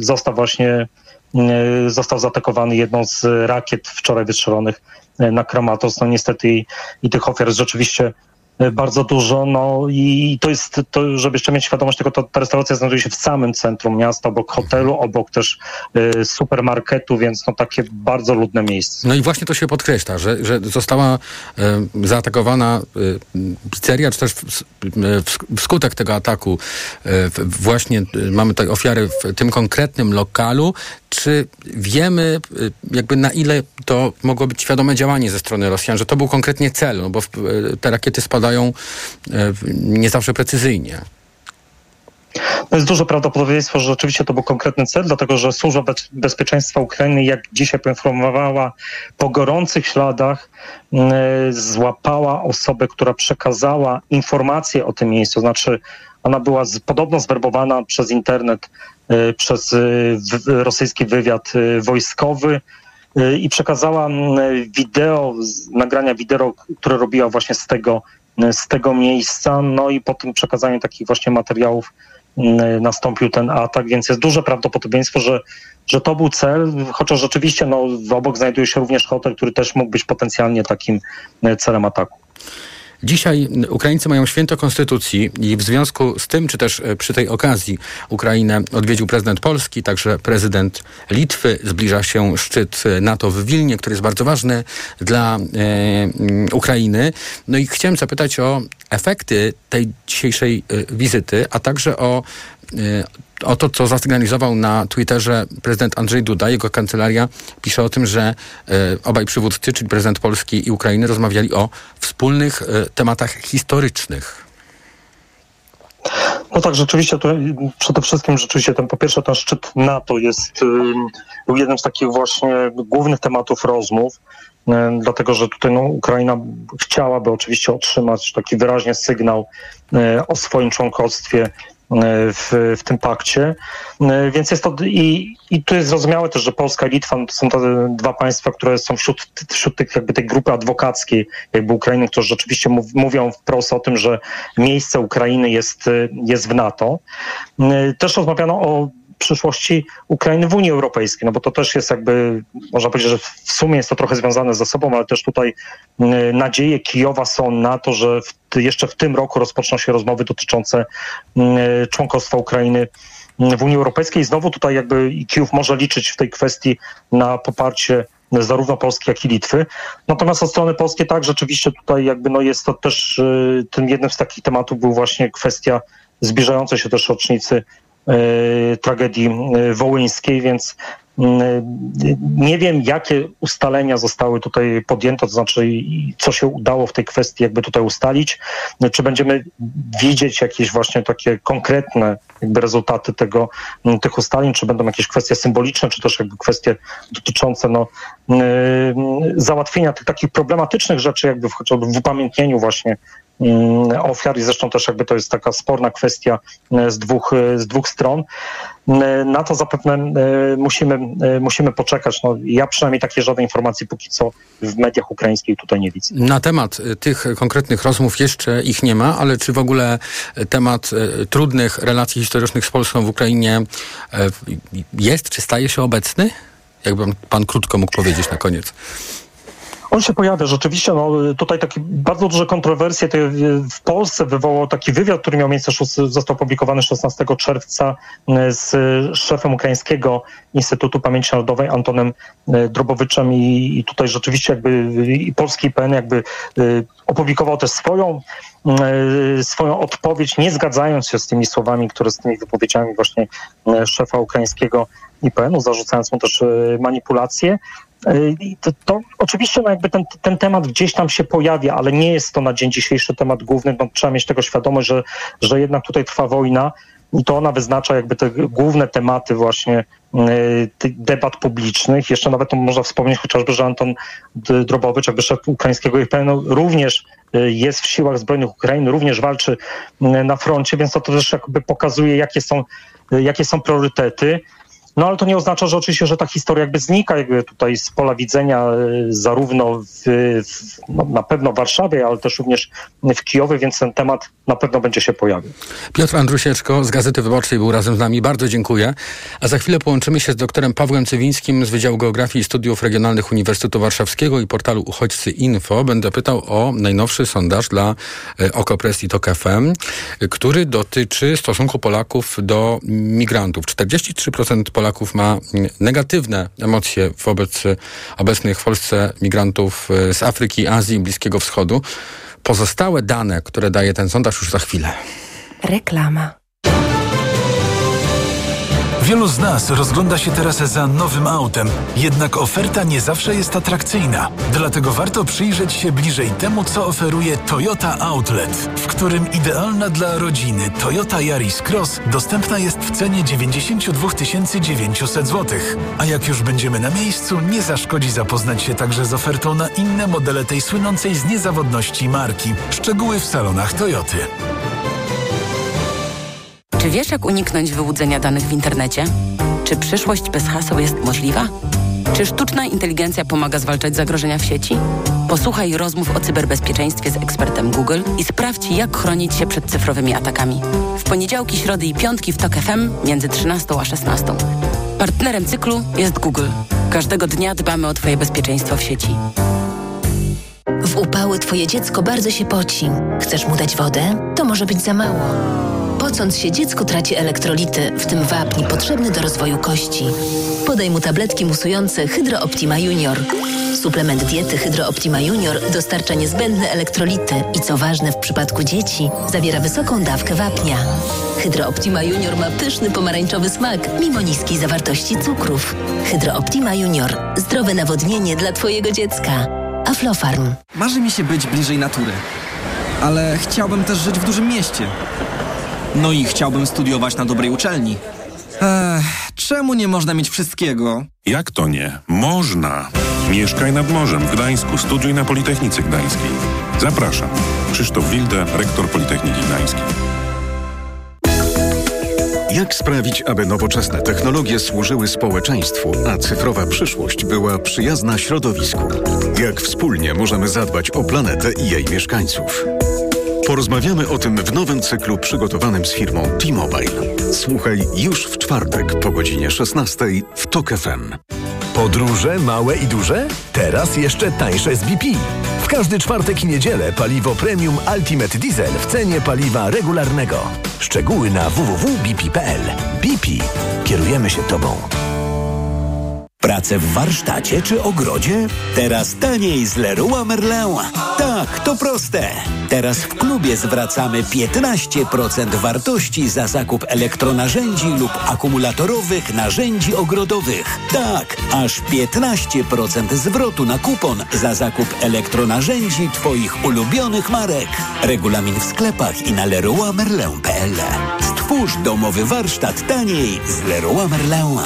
został zaatakowany jedną z rakiet wczoraj wystrzelonych na Kramatorsk. No niestety i tych ofiar jest rzeczywiście bardzo dużo, no i to jest, to, żeby jeszcze mieć świadomość tego, ta restauracja znajduje się w samym centrum miasta, obok hotelu, obok też supermarketu, więc no takie bardzo ludne miejsce. No i właśnie to się podkreśla, że została zaatakowana pizzeria, czy też wskutek tego ataku właśnie mamy tutaj ofiary w tym konkretnym lokalu. Czy wiemy jakby na ile to mogło być świadome działanie ze strony Rosjan, że to był konkretnie cel, no bo te rakiety spadają nie zawsze precyzyjnie. To jest duże prawdopodobieństwo, że rzeczywiście to był konkretny cel, dlatego że Służba Bezpieczeństwa Ukrainy, jak dzisiaj poinformowała, po gorących śladach złapała osobę, która przekazała informacje o tym miejscu. Znaczy ona była podobno zwerbowana przez internet, przez rosyjski wywiad wojskowy i przekazała nagrania wideo, które robiła właśnie z tego miejsca. No i po tym przekazaniu takich właśnie materiałów nastąpił ten atak, więc jest duże prawdopodobieństwo, że to był cel, chociaż rzeczywiście no, obok znajduje się również hotel, który też mógł być potencjalnie takim celem ataku. Dzisiaj Ukraińcy mają święto Konstytucji i w związku z tym, czy też przy tej okazji Ukrainę odwiedził prezydent Polski, także prezydent Litwy. Zbliża się szczyt NATO w Wilnie, który jest bardzo ważny dla Ukrainy. No i chciałem zapytać o efekty tej dzisiejszej wizyty, a także o to, co zasygnalizował na Twitterze prezydent Andrzej Duda. Jego kancelaria pisze o tym, że obaj przywódcy, czyli prezydent Polski i Ukrainy, rozmawiali o wspólnych tematach historycznych. No tak, rzeczywiście to przede wszystkim rzeczywiście po pierwsze ten szczyt NATO był jednym z takich właśnie głównych tematów rozmów, dlatego że tutaj Ukraina chciałaby oczywiście otrzymać taki wyraźnie sygnał o swoim członkostwie w tym pakcie, więc jest to i tu jest zrozumiałe też, że Polska i Litwa to są te dwa państwa, które są wśród tej grupy adwokackiej jakby Ukrainy, którzy rzeczywiście mówią wprost o tym, że miejsce Ukrainy jest w NATO. Też rozmawiano o przyszłości Ukrainy w Unii Europejskiej, no bo to też jest jakby, można powiedzieć, że w sumie jest to trochę związane ze sobą, ale też tutaj nadzieje Kijowa są na to, że jeszcze w tym roku rozpoczną się rozmowy dotyczące członkostwa Ukrainy w Unii Europejskiej. I znowu tutaj jakby Kijów może liczyć w tej kwestii na poparcie zarówno Polski, jak i Litwy. Natomiast od strony polskiej tak, rzeczywiście tutaj jakby jest to też tym jednym z takich tematów był właśnie kwestia zbliżającej się też rocznicy tragedii wołyńskiej, więc nie wiem, jakie ustalenia zostały tutaj podjęte, to znaczy co się udało w tej kwestii jakby tutaj ustalić. Czy będziemy widzieć jakieś właśnie takie konkretne jakby rezultaty tych ustaleń, czy będą jakieś kwestie symboliczne, czy też jakby kwestie dotyczące załatwienia tych takich problematycznych rzeczy, jakby w upamiętnieniu właśnie ofiar i zresztą też jakby to jest taka sporna kwestia z dwóch stron. Na to zapewne musimy poczekać. No, ja przynajmniej takiej żadnej informacji póki co w mediach ukraińskich tutaj nie widzę. Na temat tych konkretnych rozmów jeszcze ich nie ma, ale czy w ogóle temat trudnych relacji historycznych z Polską w Ukrainie jest, czy staje się obecny? Jakby pan krótko mógł powiedzieć na koniec. On się pojawia rzeczywiście, tutaj takie bardzo duże kontrowersje w Polsce wywołał taki wywiad, który miał miejsce, został opublikowany 16 czerwca z szefem Ukraińskiego Instytutu Pamięci Narodowej Antonem Drobowiczem i tutaj rzeczywiście jakby i polski IPN jakby opublikował też swoją odpowiedź, nie zgadzając się z tymi słowami, z tymi wypowiedziami właśnie szefa ukraińskiego IPN-u, zarzucając mu też manipulacje. To oczywiście jakby ten temat gdzieś tam się pojawia, ale nie jest to na dzień dzisiejszy temat główny. Trzeba mieć tego świadomość, że jednak tutaj trwa wojna i to ona wyznacza jakby te główne tematy właśnie tych debat publicznych. Jeszcze nawet to można wspomnieć chociażby, że Anton Drobowicz, jakby szef ukraińskiego IPN również jest w siłach zbrojnych Ukrainy, również walczy na froncie, więc to też jakby pokazuje, jakie są priorytety. No ale to nie oznacza, że oczywiście, że ta historia jakby znika jakby tutaj z pola widzenia zarówno na pewno w Warszawie, ale też również w Kijowie, więc ten temat na pewno będzie się pojawił. Piotr Andrusieczko z Gazety Wyborczej był razem z nami. Bardzo dziękuję. A za chwilę połączymy się z doktorem Pawłem Cywińskim z Wydziału Geografii i Studiów Regionalnych Uniwersytetu Warszawskiego i portalu Uchodźcy Info. Będę pytał o najnowszy sondaż dla Okopres i Tok FM, który dotyczy stosunku Polaków do migrantów. 43% Polaków ma negatywne emocje wobec obecnych w Polsce migrantów z Afryki, Azji i Bliskiego Wschodu. Pozostałe dane, które daje ten sondaż, już za chwilę. Reklama. Wielu z nas rozgląda się teraz za nowym autem, jednak oferta nie zawsze jest atrakcyjna. Dlatego warto przyjrzeć się bliżej temu, co oferuje Toyota Outlet, w którym idealna dla rodziny Toyota Yaris Cross dostępna jest w cenie 92 900 zł. A jak już będziemy na miejscu, nie zaszkodzi zapoznać się także z ofertą na inne modele tej słynącej z niezawodności marki. Szczegóły w salonach Toyoty. Czy wiesz, jak uniknąć wyłudzenia danych w internecie? Czy przyszłość bez haseł jest możliwa? Czy sztuczna inteligencja pomaga zwalczać zagrożenia w sieci? Posłuchaj rozmów o cyberbezpieczeństwie z ekspertem Google i sprawdź, jak chronić się przed cyfrowymi atakami. W poniedziałki, środy i piątki w Tok FM między 13 a 16. Partnerem cyklu jest Google. Każdego dnia dbamy o Twoje bezpieczeństwo w sieci. W upały Twoje dziecko bardzo się poci. Chcesz mu dać wodę? To może być za mało. Pocąc się, dziecko traci elektrolity, w tym wapń potrzebny do rozwoju kości. Podaj mu tabletki musujące Hydro Optima Junior. Suplement diety Hydro Optima Junior dostarcza niezbędne elektrolity i co ważne w przypadku dzieci, zawiera wysoką dawkę wapnia. Hydro Optima Junior ma pyszny pomarańczowy smak, mimo niskiej zawartości cukrów. Hydro Optima Junior. Zdrowe nawodnienie dla Twojego dziecka. Aflofarm. Marzy mi się być bliżej natury, ale chciałbym też żyć w dużym mieście. No i chciałbym studiować na dobrej uczelni. Czemu nie można mieć wszystkiego? Jak to nie? Można! Mieszkaj nad morzem w Gdańsku, studiuj na Politechnice Gdańskiej. Zapraszam. Krzysztof Wilde, rektor Politechniki Gdańskiej. Jak sprawić, aby nowoczesne technologie służyły społeczeństwu, a cyfrowa przyszłość była przyjazna środowisku? Jak wspólnie możemy zadbać o planetę i jej mieszkańców? Porozmawiamy o tym w nowym cyklu przygotowanym z firmą T-Mobile. Słuchaj już w czwartek po godzinie 16:00 w Tok FM. Podróże małe i duże? Teraz jeszcze tańsze z BP. W każdy czwartek i niedzielę paliwo premium Ultimate Diesel w cenie paliwa regularnego. Szczegóły na www.bp.pl. BP. Kierujemy się Tobą. Pracę w warsztacie czy ogrodzie? Teraz taniej z Leroy Merlin. Tak, to proste. Teraz w klubie zwracamy 15% wartości za zakup elektronarzędzi lub akumulatorowych narzędzi ogrodowych. Tak, aż 15% zwrotu na kupon za zakup elektronarzędzi Twoich ulubionych marek. Regulamin w sklepach i na leroymerlin.pl. Stwórz domowy warsztat taniej z Leroy Merlin.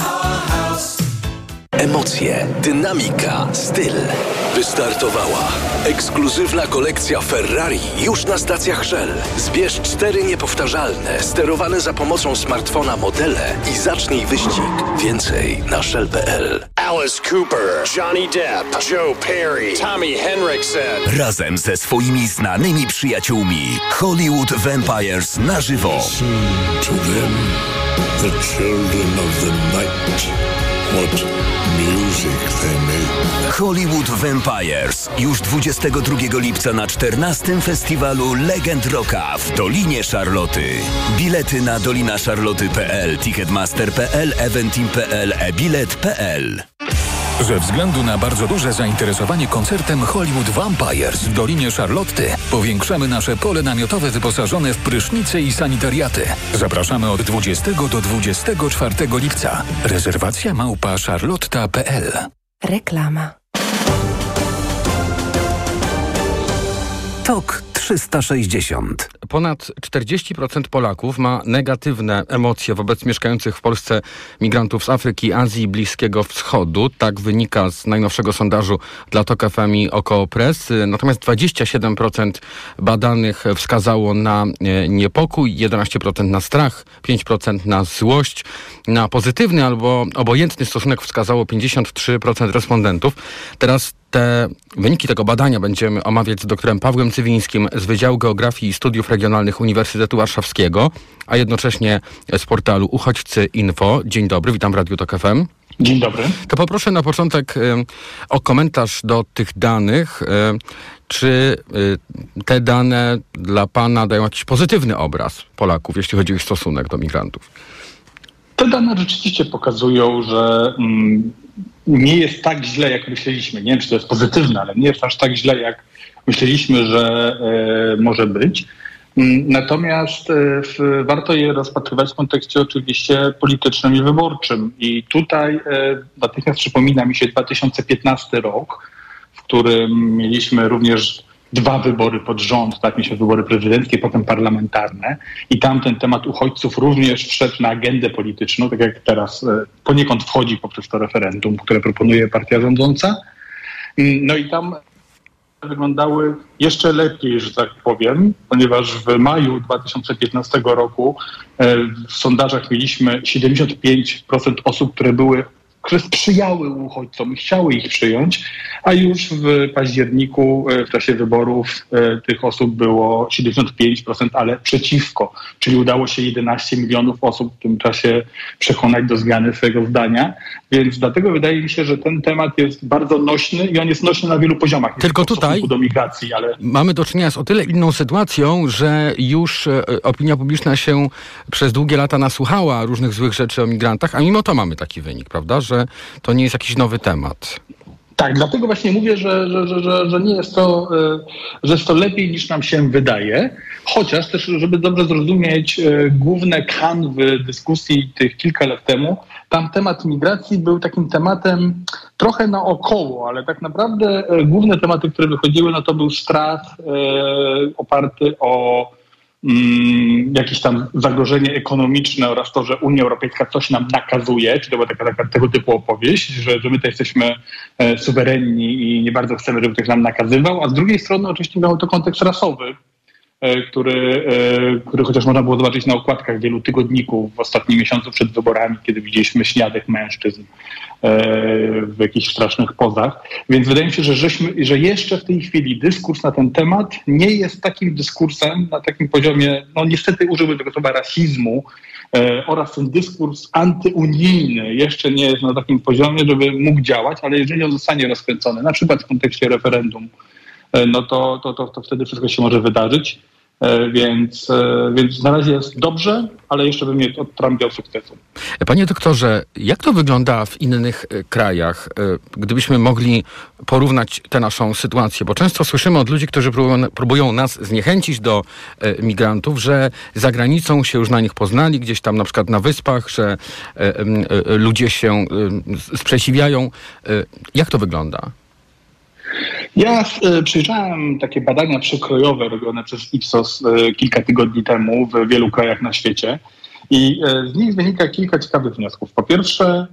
Emocje, dynamika, styl. Wystartowała ekskluzywna kolekcja Ferrari już na stacjach Shell. Zbierz 4 niepowtarzalne, sterowane za pomocą smartfona modele i zacznij wyścig. Więcej na shell.pl. Alice Cooper, Johnny Depp, Joe Perry, Tommy Henriksen. Razem ze swoimi znanymi przyjaciółmi Hollywood Vampires na żywo. To them, the children of the night. What music they make. Hollywood Vampires. Już 22 lipca na 14. Festiwalu Legend Rocka w Dolinie Szarloty. Bilety na dolinaszarloty.pl, ticketmaster.pl, eventim.pl, ebilet.pl. Ze względu na bardzo duże zainteresowanie koncertem Hollywood Vampires w Dolinie Szarlotty powiększamy nasze pole namiotowe wyposażone w prysznice i sanitariaty. Zapraszamy od 20 do 24 lipca. Rezerwacja @charlotta.pl. Reklama. Tok 360. Ponad 40% Polaków ma negatywne emocje wobec mieszkających w Polsce migrantów z Afryki, Azji i Bliskiego Wschodu. Tak wynika z najnowszego sondażu dla TOK FM i Okoopres. Natomiast 27% badanych wskazało na niepokój, 11% na strach, 5% na złość. Na pozytywny albo obojętny stosunek wskazało 53% respondentów. Teraz te wyniki tego badania będziemy omawiać z doktorem Pawłem Cywińskim z Wydziału Geografii i Studiów Regionalnych Uniwersytetu Warszawskiego, a jednocześnie z portalu Uchodźcy Info. Dzień dobry, witam w Radiu TOK FM. Dzień dobry. To poproszę na początek o komentarz do tych danych. Czy te dane dla pana dają jakiś pozytywny obraz Polaków, jeśli chodzi o ich stosunek do migrantów? Te dane rzeczywiście pokazują, że nie jest tak źle, jak myśleliśmy. Nie wiem, czy to jest pozytywne, ale nie jest aż tak źle, jak myśleliśmy, że może być. Natomiast warto je rozpatrywać w kontekście oczywiście politycznym i wyborczym. I tutaj natychmiast przypomina mi się 2015 rok, w którym mieliśmy również 2 wybory pod rząd, tak, mieliśmy wybory prezydenckie, potem parlamentarne i tam ten temat uchodźców również wszedł na agendę polityczną, tak jak teraz poniekąd wchodzi poprzez to referendum, które proponuje partia rządząca. No i tam wyglądały jeszcze lepiej, że tak powiem, ponieważ w maju 2015 roku w sondażach mieliśmy 75% osób, które sprzyjały uchodźcom i chciały ich przyjąć, a już w październiku w czasie wyborów tych osób było 75%, ale przeciwko. Czyli udało się 11 milionów osób w tym czasie przekonać do zmiany swojego zdania. Więc dlatego wydaje mi się, że ten temat jest bardzo nośny i on jest nośny na wielu poziomach. Tylko tutaj do migracji, ale mamy do czynienia z o tyle inną sytuacją, że już opinia publiczna się przez długie lata nasłuchała różnych złych rzeczy o migrantach, a mimo to mamy taki wynik, prawda, że to nie jest jakiś nowy temat. Tak, dlatego właśnie mówię, że nie jest to, że jest to lepiej niż nam się wydaje, chociaż też, żeby dobrze zrozumieć główne kanwy dyskusji tych kilka lat temu, tam temat migracji był takim tematem trochę naokoło, ale tak naprawdę główne tematy, które wychodziły, no to był strach oparty o jakieś tam zagrożenie ekonomiczne oraz to, że Unia Europejska coś nam nakazuje, czy to była taka tego typu opowieść, że my to jesteśmy suwerenni i nie bardzo chcemy, żeby ktoś nam nakazywał, a z drugiej strony oczywiście miał to kontekst rasowy, który chociaż można było zobaczyć na okładkach wielu tygodników w ostatnim miesiącu przed wyborami, kiedy widzieliśmy śniadek mężczyzn w jakichś strasznych pozach. Więc wydaje mi się, że jeszcze w tej chwili dyskurs na ten temat nie jest takim dyskursem na takim poziomie, no niestety użyłbym tego słowa rasizmu, oraz ten dyskurs antyunijny jeszcze nie jest na takim poziomie, żeby mógł działać, ale jeżeli on zostanie rozkręcony, na przykład w kontekście referendum, no to wtedy wszystko się może wydarzyć. Więc na razie jest dobrze, ale jeszcze bym nie odtrąbiał sukcesu. Panie doktorze, jak to wygląda w innych krajach, gdybyśmy mogli porównać tę naszą sytuację? Bo często słyszymy od ludzi, którzy próbują nas zniechęcić do migrantów, że za granicą się już na nich poznali, gdzieś tam na przykład na wyspach, że ludzie się sprzeciwiają. Jak to wygląda? Ja przyjrzałem takie badania przekrojowe robione przez Ipsos kilka tygodni temu w wielu krajach na świecie i z nich wynika kilka ciekawych wniosków. Po pierwsze,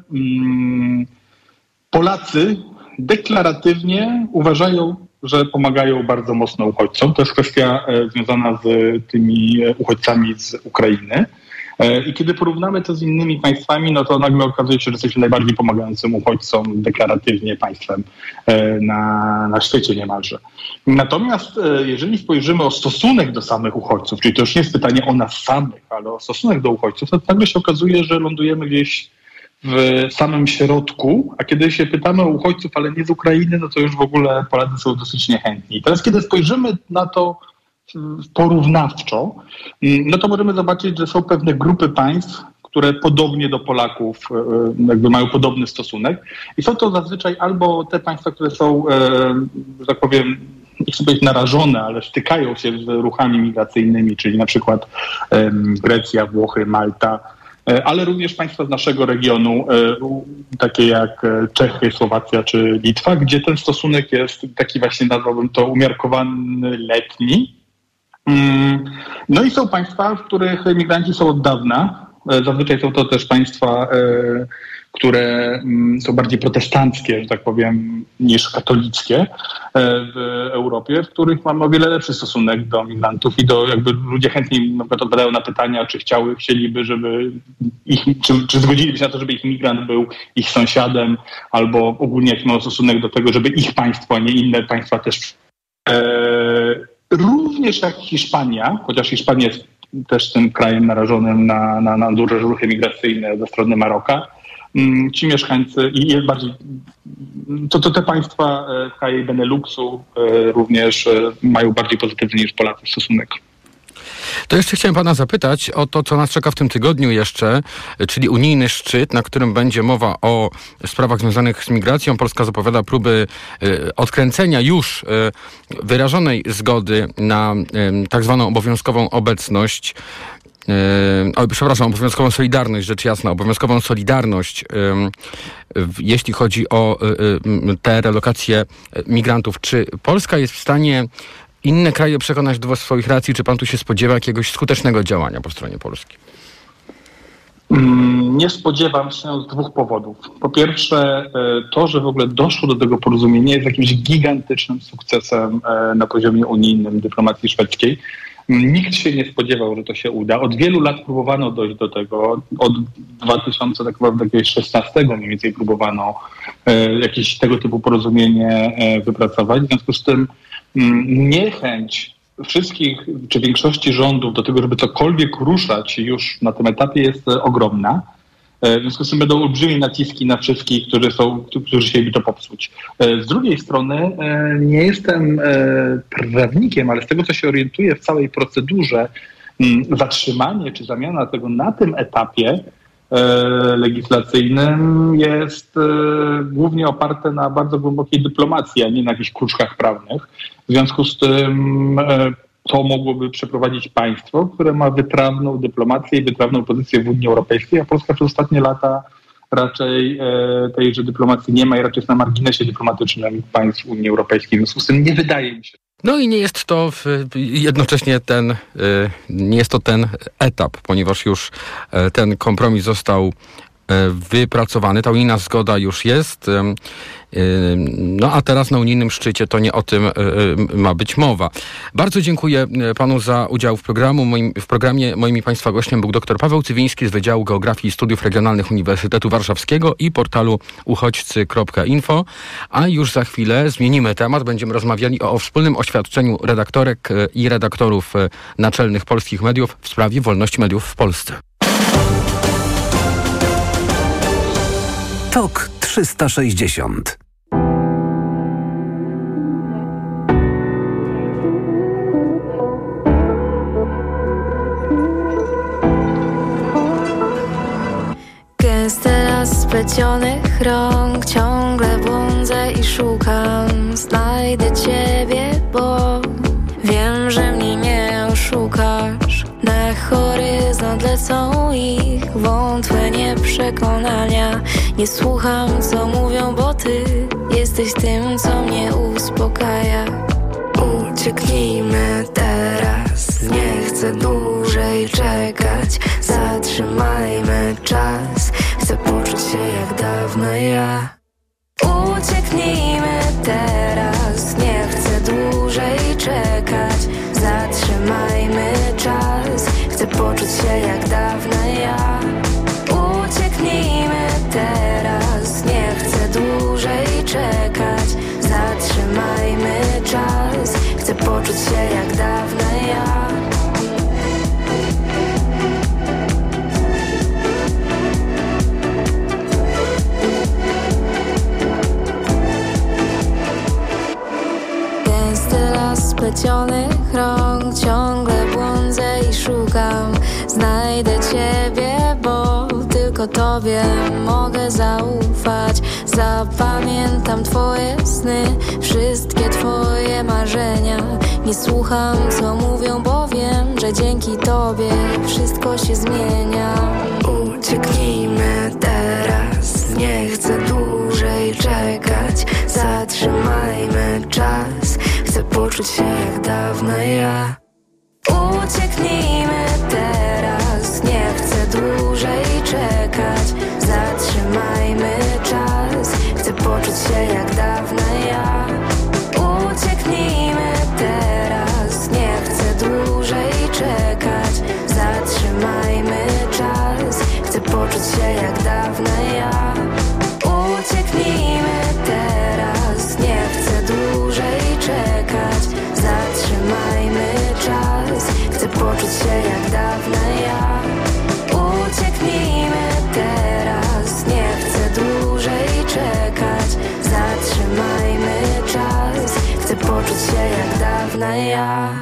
Polacy deklaratywnie uważają, że pomagają bardzo mocno uchodźcom. To jest kwestia związana z tymi uchodźcami z Ukrainy. I kiedy porównamy to z innymi państwami, no to nagle okazuje się, że jesteśmy najbardziej pomagającym uchodźcom deklaratywnie państwem na świecie niemalże. Natomiast jeżeli spojrzymy o stosunek do samych uchodźców, czyli to już nie jest pytanie o nas samych, ale o stosunek do uchodźców, to nagle się okazuje, że lądujemy gdzieś w samym środku, a kiedy się pytamy o uchodźców, ale nie z Ukrainy, no to już w ogóle Polacy są dosyć niechętni. I teraz kiedy spojrzymy na to porównawczo, no to możemy zobaczyć, że są pewne grupy państw, które podobnie do Polaków jakby mają podobny stosunek i są to zazwyczaj albo te państwa, które są, że tak powiem, nie chcę powiedzieć narażone, ale stykają się z ruchami migracyjnymi, czyli na przykład Grecja, Włochy, Malta, ale również państwa z naszego regionu, takie jak Czechy, Słowacja czy Litwa, gdzie ten stosunek jest taki właśnie, nazwałbym to, umiarkowany letni, No i są państwa, w których emigranci są od dawna. Zazwyczaj są to też państwa, które są bardziej protestanckie, że tak powiem, niż katolickie w Europie, w których mamy o wiele lepszy stosunek do migrantów i jakby ludzie chętniej na przykład odpowiadają na pytania, czy chcieliby, żeby czy zgodziliby się na to, żeby ich migrant był ich sąsiadem, albo ogólnie jaki mają stosunek do tego, żeby ich państwo, a nie inne państwa też. Również jak Hiszpania, chociaż Hiszpania jest też tym krajem narażonym na duże ruchy migracyjne ze strony Maroka, ci mieszkańcy i jest bardziej, to te państwa krajów Beneluxu również mają bardziej pozytywny niż Polacy stosunek. To jeszcze chciałem pana zapytać o to, co nas czeka w tym tygodniu jeszcze, czyli unijny szczyt, na którym będzie mowa o sprawach związanych z migracją. Polska zapowiada próby odkręcenia już wyrażonej zgody na tak zwaną obowiązkową obecność. Obowiązkową solidarność, rzecz jasna, obowiązkową solidarność, jeśli chodzi o te relokacje migrantów. Czy Polska jest w stanie inne kraje przekonać do swoich racji? Czy pan tu się spodziewa jakiegoś skutecznego działania po stronie Polski? Nie spodziewam się z dwóch powodów. Po pierwsze, to, że w ogóle doszło do tego porozumienia, jest jakimś gigantycznym sukcesem na poziomie unijnym dyplomacji szwedzkiej. Nikt się nie spodziewał, że to się uda. Od wielu lat próbowano dojść do tego. Od 2016 mniej więcej próbowano jakieś tego typu porozumienie wypracować. W związku z tym niechęć wszystkich czy większości rządów do tego, żeby cokolwiek ruszać już na tym etapie jest ogromna. W związku z tym będą olbrzymie naciski na wszystkich, którzy chcieliby to popsuć. Z drugiej strony nie jestem prawnikiem, ale z tego, co się orientuję w całej procedurze, zatrzymanie czy zamiana tego na tym etapie legislacyjnym jest głównie oparte na bardzo głębokiej dyplomacji, a nie na jakichś kruczkach prawnych. W związku z tym to mogłoby przeprowadzić państwo, które ma wytrawną dyplomację i wytrawną pozycję w Unii Europejskiej, a Polska przez ostatnie lata raczej tejże dyplomacji nie ma i raczej jest na marginesie dyplomatycznym państw Unii Europejskiej. W związku z tym nie wydaje mi się. No i nie jest to jednocześnie nie jest to ten etap, ponieważ już ten kompromis został wypracowany, ta unijna zgoda już jest, no a teraz na unijnym szczycie to nie o tym ma być mowa. Bardzo dziękuję panu za udział w programie. Moim i państwa gościem był dr Paweł Cywiński z Wydziału Geografii i Studiów Regionalnych Uniwersytetu Warszawskiego i portalu uchodźcy.info, a już za chwilę zmienimy temat. Będziemy rozmawiali o wspólnym oświadczeniu redaktorek i redaktorów naczelnych polskich mediów w sprawie wolności mediów w Polsce. TOK 360. Gęsty las splecionych rąk, ciągle błądzę i szukam. Znajdę ciebie, bo wiem, że mnie nie oszukasz. Na horyzont lecą ich wątłe nieprzekonania. Nie słucham, co mówią, bo ty jesteś tym, co mnie uspokaja. Ucieknijmy teraz, nie chcę dłużej czekać. Zatrzymajmy czas, chcę poczuć się jak dawno ja. Ucieknijmy teraz, nie chcę dłużej czekać. Zatrzymajmy czas, chcę poczuć się jak dawno ja. Ucieknijmy teraz, nie chcę dłużej czekać. Zatrzymajmy czas, chcę poczuć się jak dawno ja. Splecionych rąk, ciągle błądzę i szukam. Znajdę ciebie, bo tylko tobie mogę zaufać. Zapamiętam twoje sny, wszystkie twoje marzenia. Nie słucham, co mówią, bo wiem, że dzięki tobie wszystko się zmienia. Ucieknijmy teraz, nie chcę dłużej czekać. Zatrzymajmy czas, chcę poczuć się jak dawno ja. Ucieknijmy teraz, nie chcę dłużej czekać. Zatrzymajmy czas, chcę poczuć się jak dawna ja. Ucieknijmy teraz, nie chcę dłużej czekać. Zatrzymajmy czas, chcę poczuć się jak dawna ja. Ucieknijmy teraz, nie chcę dłużej czekać. Zatrzymajmy czas, chcę poczuć się jak dawna ja. Ucieknijmy teraz, nie chcę dłużej czekać. Zatrzymajmy czas, chcę poczuć się jak dawna ja.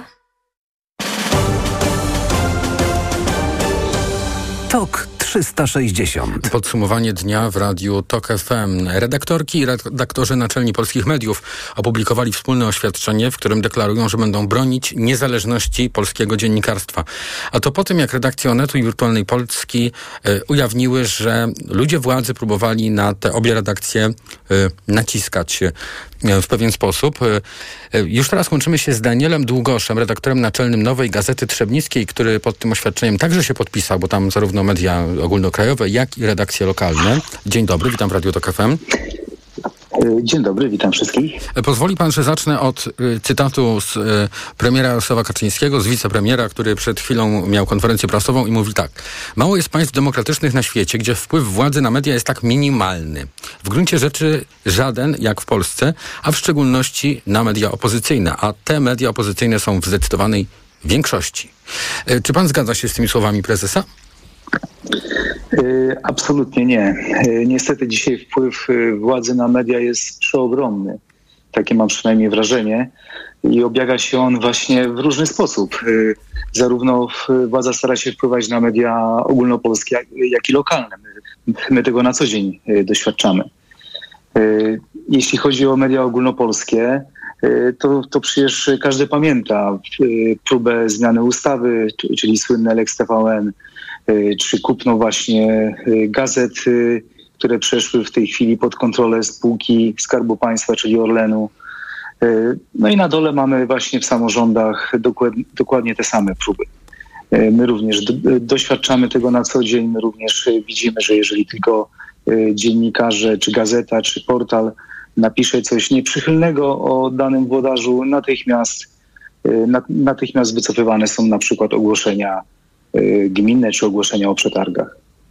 TOK 360. Podsumowanie dnia w radiu TOK FM. Redaktorki i redaktorzy naczelni polskich mediów opublikowali wspólne oświadczenie, w którym deklarują, że będą bronić niezależności polskiego dziennikarstwa. A to po tym, jak redakcje Onetu i Wirtualnej Polski ujawniły, że ludzie władzy próbowali na te obie redakcje naciskać w pewien sposób. Już teraz łączymy się z Danielem Długoszem, redaktorem naczelnym Nowej Gazety Trzebnickiej, który pod tym oświadczeniem także się podpisał, bo tam zarówno media ogólnokrajowe, jak i redakcje lokalne. Dzień dobry, witam w Radiu TOK FM. Dzień dobry, witam wszystkich. Pozwoli pan, że zacznę od cytatu z premiera Jarosława Kaczyńskiego, z wicepremiera, który przed chwilą miał konferencję prasową i mówi tak. Mało jest państw demokratycznych na świecie, gdzie wpływ władzy na media jest tak minimalny. W gruncie rzeczy żaden, jak w Polsce, a w szczególności na media opozycyjne. A te media opozycyjne są w zdecydowanej większości. Czy pan zgadza się z tymi słowami prezesa? Absolutnie nie. Niestety dzisiaj wpływ władzy na media jest przeogromny. Takie mam przynajmniej wrażenie. I objawia się on właśnie w różny sposób. Zarówno władza stara się wpływać na media ogólnopolskie, jak i lokalne. My tego na co dzień doświadczamy. Jeśli chodzi o media ogólnopolskie, to przecież każdy pamięta próbę zmiany ustawy, czyli słynne Lex TVN, czy kupno właśnie gazet, które przeszły w tej chwili pod kontrolę spółki Skarbu Państwa, czyli Orlenu. No i na dole mamy właśnie w samorządach dokładnie te same próby. My również doświadczamy tego na co dzień. My również widzimy, że jeżeli tylko dziennikarze, czy gazeta, czy portal napisze coś nieprzychylnego o danym włodarzu, natychmiast wycofywane są na przykład ogłoszenia gminne czy ogłoszenia o przetargach.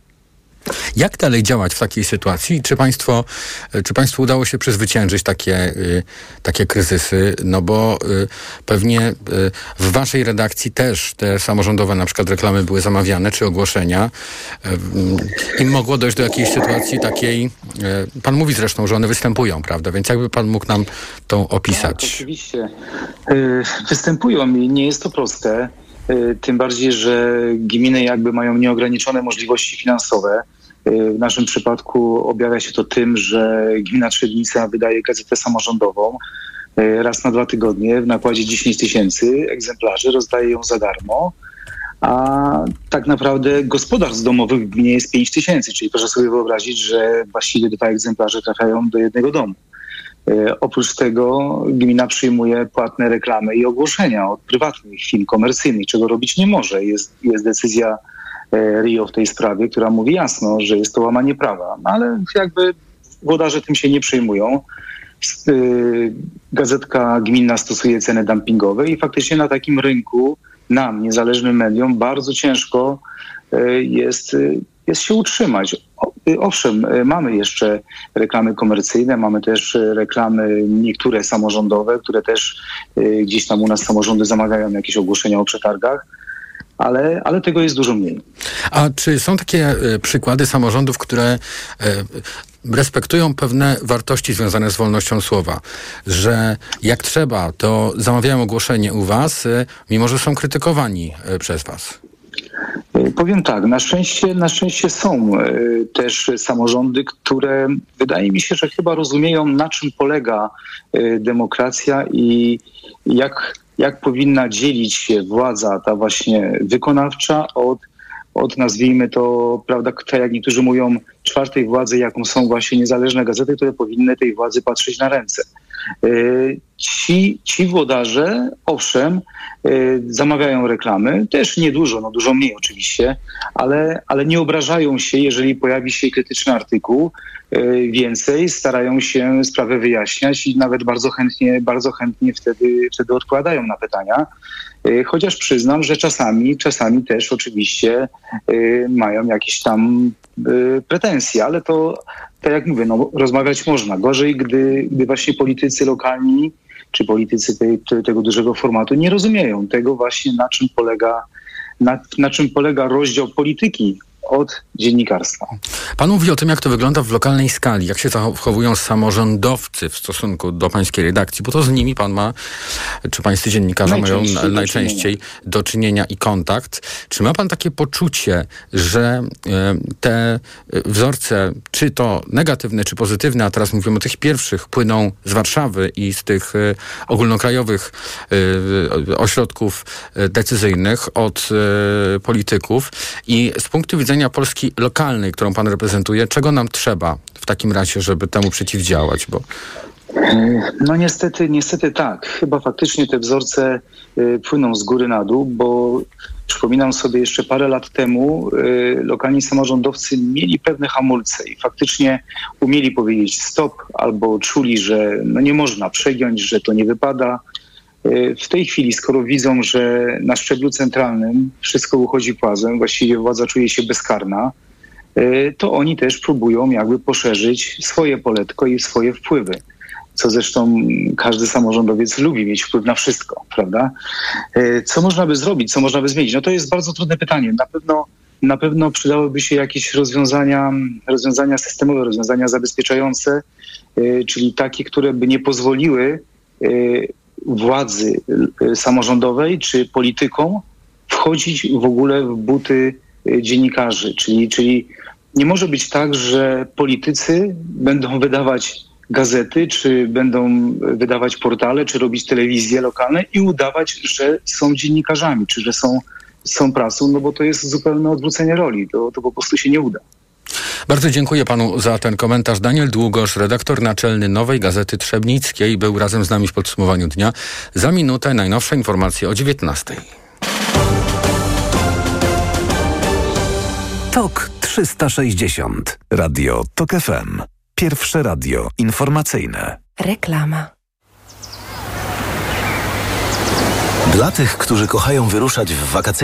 Jak dalej działać w takiej sytuacji? Czy państwu udało się przezwyciężyć takie kryzysy? No bo pewnie w waszej redakcji też te samorządowe na przykład reklamy były zamawiane, czy ogłoszenia. I mogło dojść do jakiejś sytuacji takiej, pan mówi zresztą, że one występują, prawda? Więc jakby pan mógł nam to opisać? Tak, oczywiście. Występują i nie jest to proste. Tym bardziej, że gminy jakby mają nieograniczone możliwości finansowe. W naszym przypadku objawia się to tym, że gmina Trzebnica wydaje gazetę samorządową raz na 2 tygodnie w nakładzie 10 000 egzemplarzy, rozdaje ją za darmo, a tak naprawdę gospodarstw domowych w gminie jest 5 000, czyli proszę sobie wyobrazić, że właściwie 2 egzemplarze trafiają do jednego domu. Oprócz tego gmina przyjmuje płatne reklamy i ogłoszenia od prywatnych firm komercyjnych, czego robić nie może. Jest decyzja RIO w tej sprawie, która mówi jasno, że jest to łamanie prawa, ale jakby włodarze tym się nie przejmują. Gazetka gminna stosuje ceny dumpingowe i faktycznie na takim rynku nam, niezależnym mediom, bardzo ciężko jest się utrzymać. Owszem, mamy jeszcze reklamy komercyjne, mamy też reklamy niektóre samorządowe, które też gdzieś tam u nas samorządy zamawiają jakieś ogłoszenia o przetargach, ale tego jest dużo mniej. A czy są takie przykłady samorządów, które respektują pewne wartości związane z wolnością słowa, że jak trzeba, to zamawiają ogłoszenie u was, mimo że są krytykowani przez was? Powiem tak, na szczęście są też samorządy, które wydaje mi się, że chyba rozumieją, na czym polega demokracja i jak powinna dzielić się władza ta właśnie wykonawcza od nazwijmy to, prawda, tak jak niektórzy mówią, 4. władzy, jaką są właśnie niezależne gazety, które powinny tej władzy patrzeć na ręce. ci włodarze, owszem, zamawiają reklamy, też niedużo, dużo mniej oczywiście, ale nie obrażają się, jeżeli pojawi się krytyczny artykuł. Więcej starają się sprawę wyjaśniać i nawet bardzo chętnie wtedy odpowiadają na pytania. Chociaż przyznam, że czasami też oczywiście mają jakieś tam pretensje, ale to tak jak mówię, rozmawiać można. Gorzej, gdy właśnie politycy lokalni czy politycy tego dużego formatu nie rozumieją tego właśnie, na czym polega rozdział polityki od dziennikarstwa. Pan mówi o tym, jak to wygląda w lokalnej skali, jak się zachowują samorządowcy w stosunku do pańskiej redakcji, bo to z nimi pan ma, czy pańscy dziennikarze mają najczęściej do czynienia i kontakt. Czy ma pan takie poczucie, że te wzorce, czy to negatywne, czy pozytywne, a teraz mówimy o tych pierwszych, płyną z Warszawy i z tych ogólnokrajowych ośrodków decyzyjnych od polityków i z punktu widzenia Polski lokalnej, którą pan reprezentuje, czego nam trzeba w takim razie, żeby temu przeciwdziałać? No niestety tak. Chyba faktycznie te wzorce płyną z góry na dół, bo przypominam sobie jeszcze parę lat temu lokalni samorządowcy mieli pewne hamulce i faktycznie umieli powiedzieć stop albo czuli, że nie można przegiąć, że to nie wypada. W tej chwili, skoro widzą, że na szczeblu centralnym wszystko uchodzi płazem, właściwie władza czuje się bezkarna, to oni też próbują jakby poszerzyć swoje poletko i swoje wpływy. Co zresztą każdy samorządowiec lubi mieć wpływ na wszystko, prawda? Co można by zrobić, co można by zmienić? No to jest bardzo trudne pytanie. Na pewno przydałyby się jakieś rozwiązania systemowe, rozwiązania zabezpieczające, czyli takie, które by nie pozwoliły władzy samorządowej czy politykom wchodzić w ogóle w buty dziennikarzy. Czyli nie może być tak, że politycy będą wydawać gazety, czy będą wydawać portale, czy robić telewizje lokalne i udawać, że są dziennikarzami, czy że są prasą, bo to jest zupełne odwrócenie roli. To po prostu się nie uda. Bardzo dziękuję panu za ten komentarz. Daniel Długosz, redaktor naczelny Nowej Gazety Trzebnickiej, był razem z nami w podsumowaniu dnia. Za minutę najnowsze informacje o 19:00. TOK 360. Radio TOK FM. Pierwsze radio informacyjne. Reklama. Dla tych, którzy kochają wyruszać w wakacje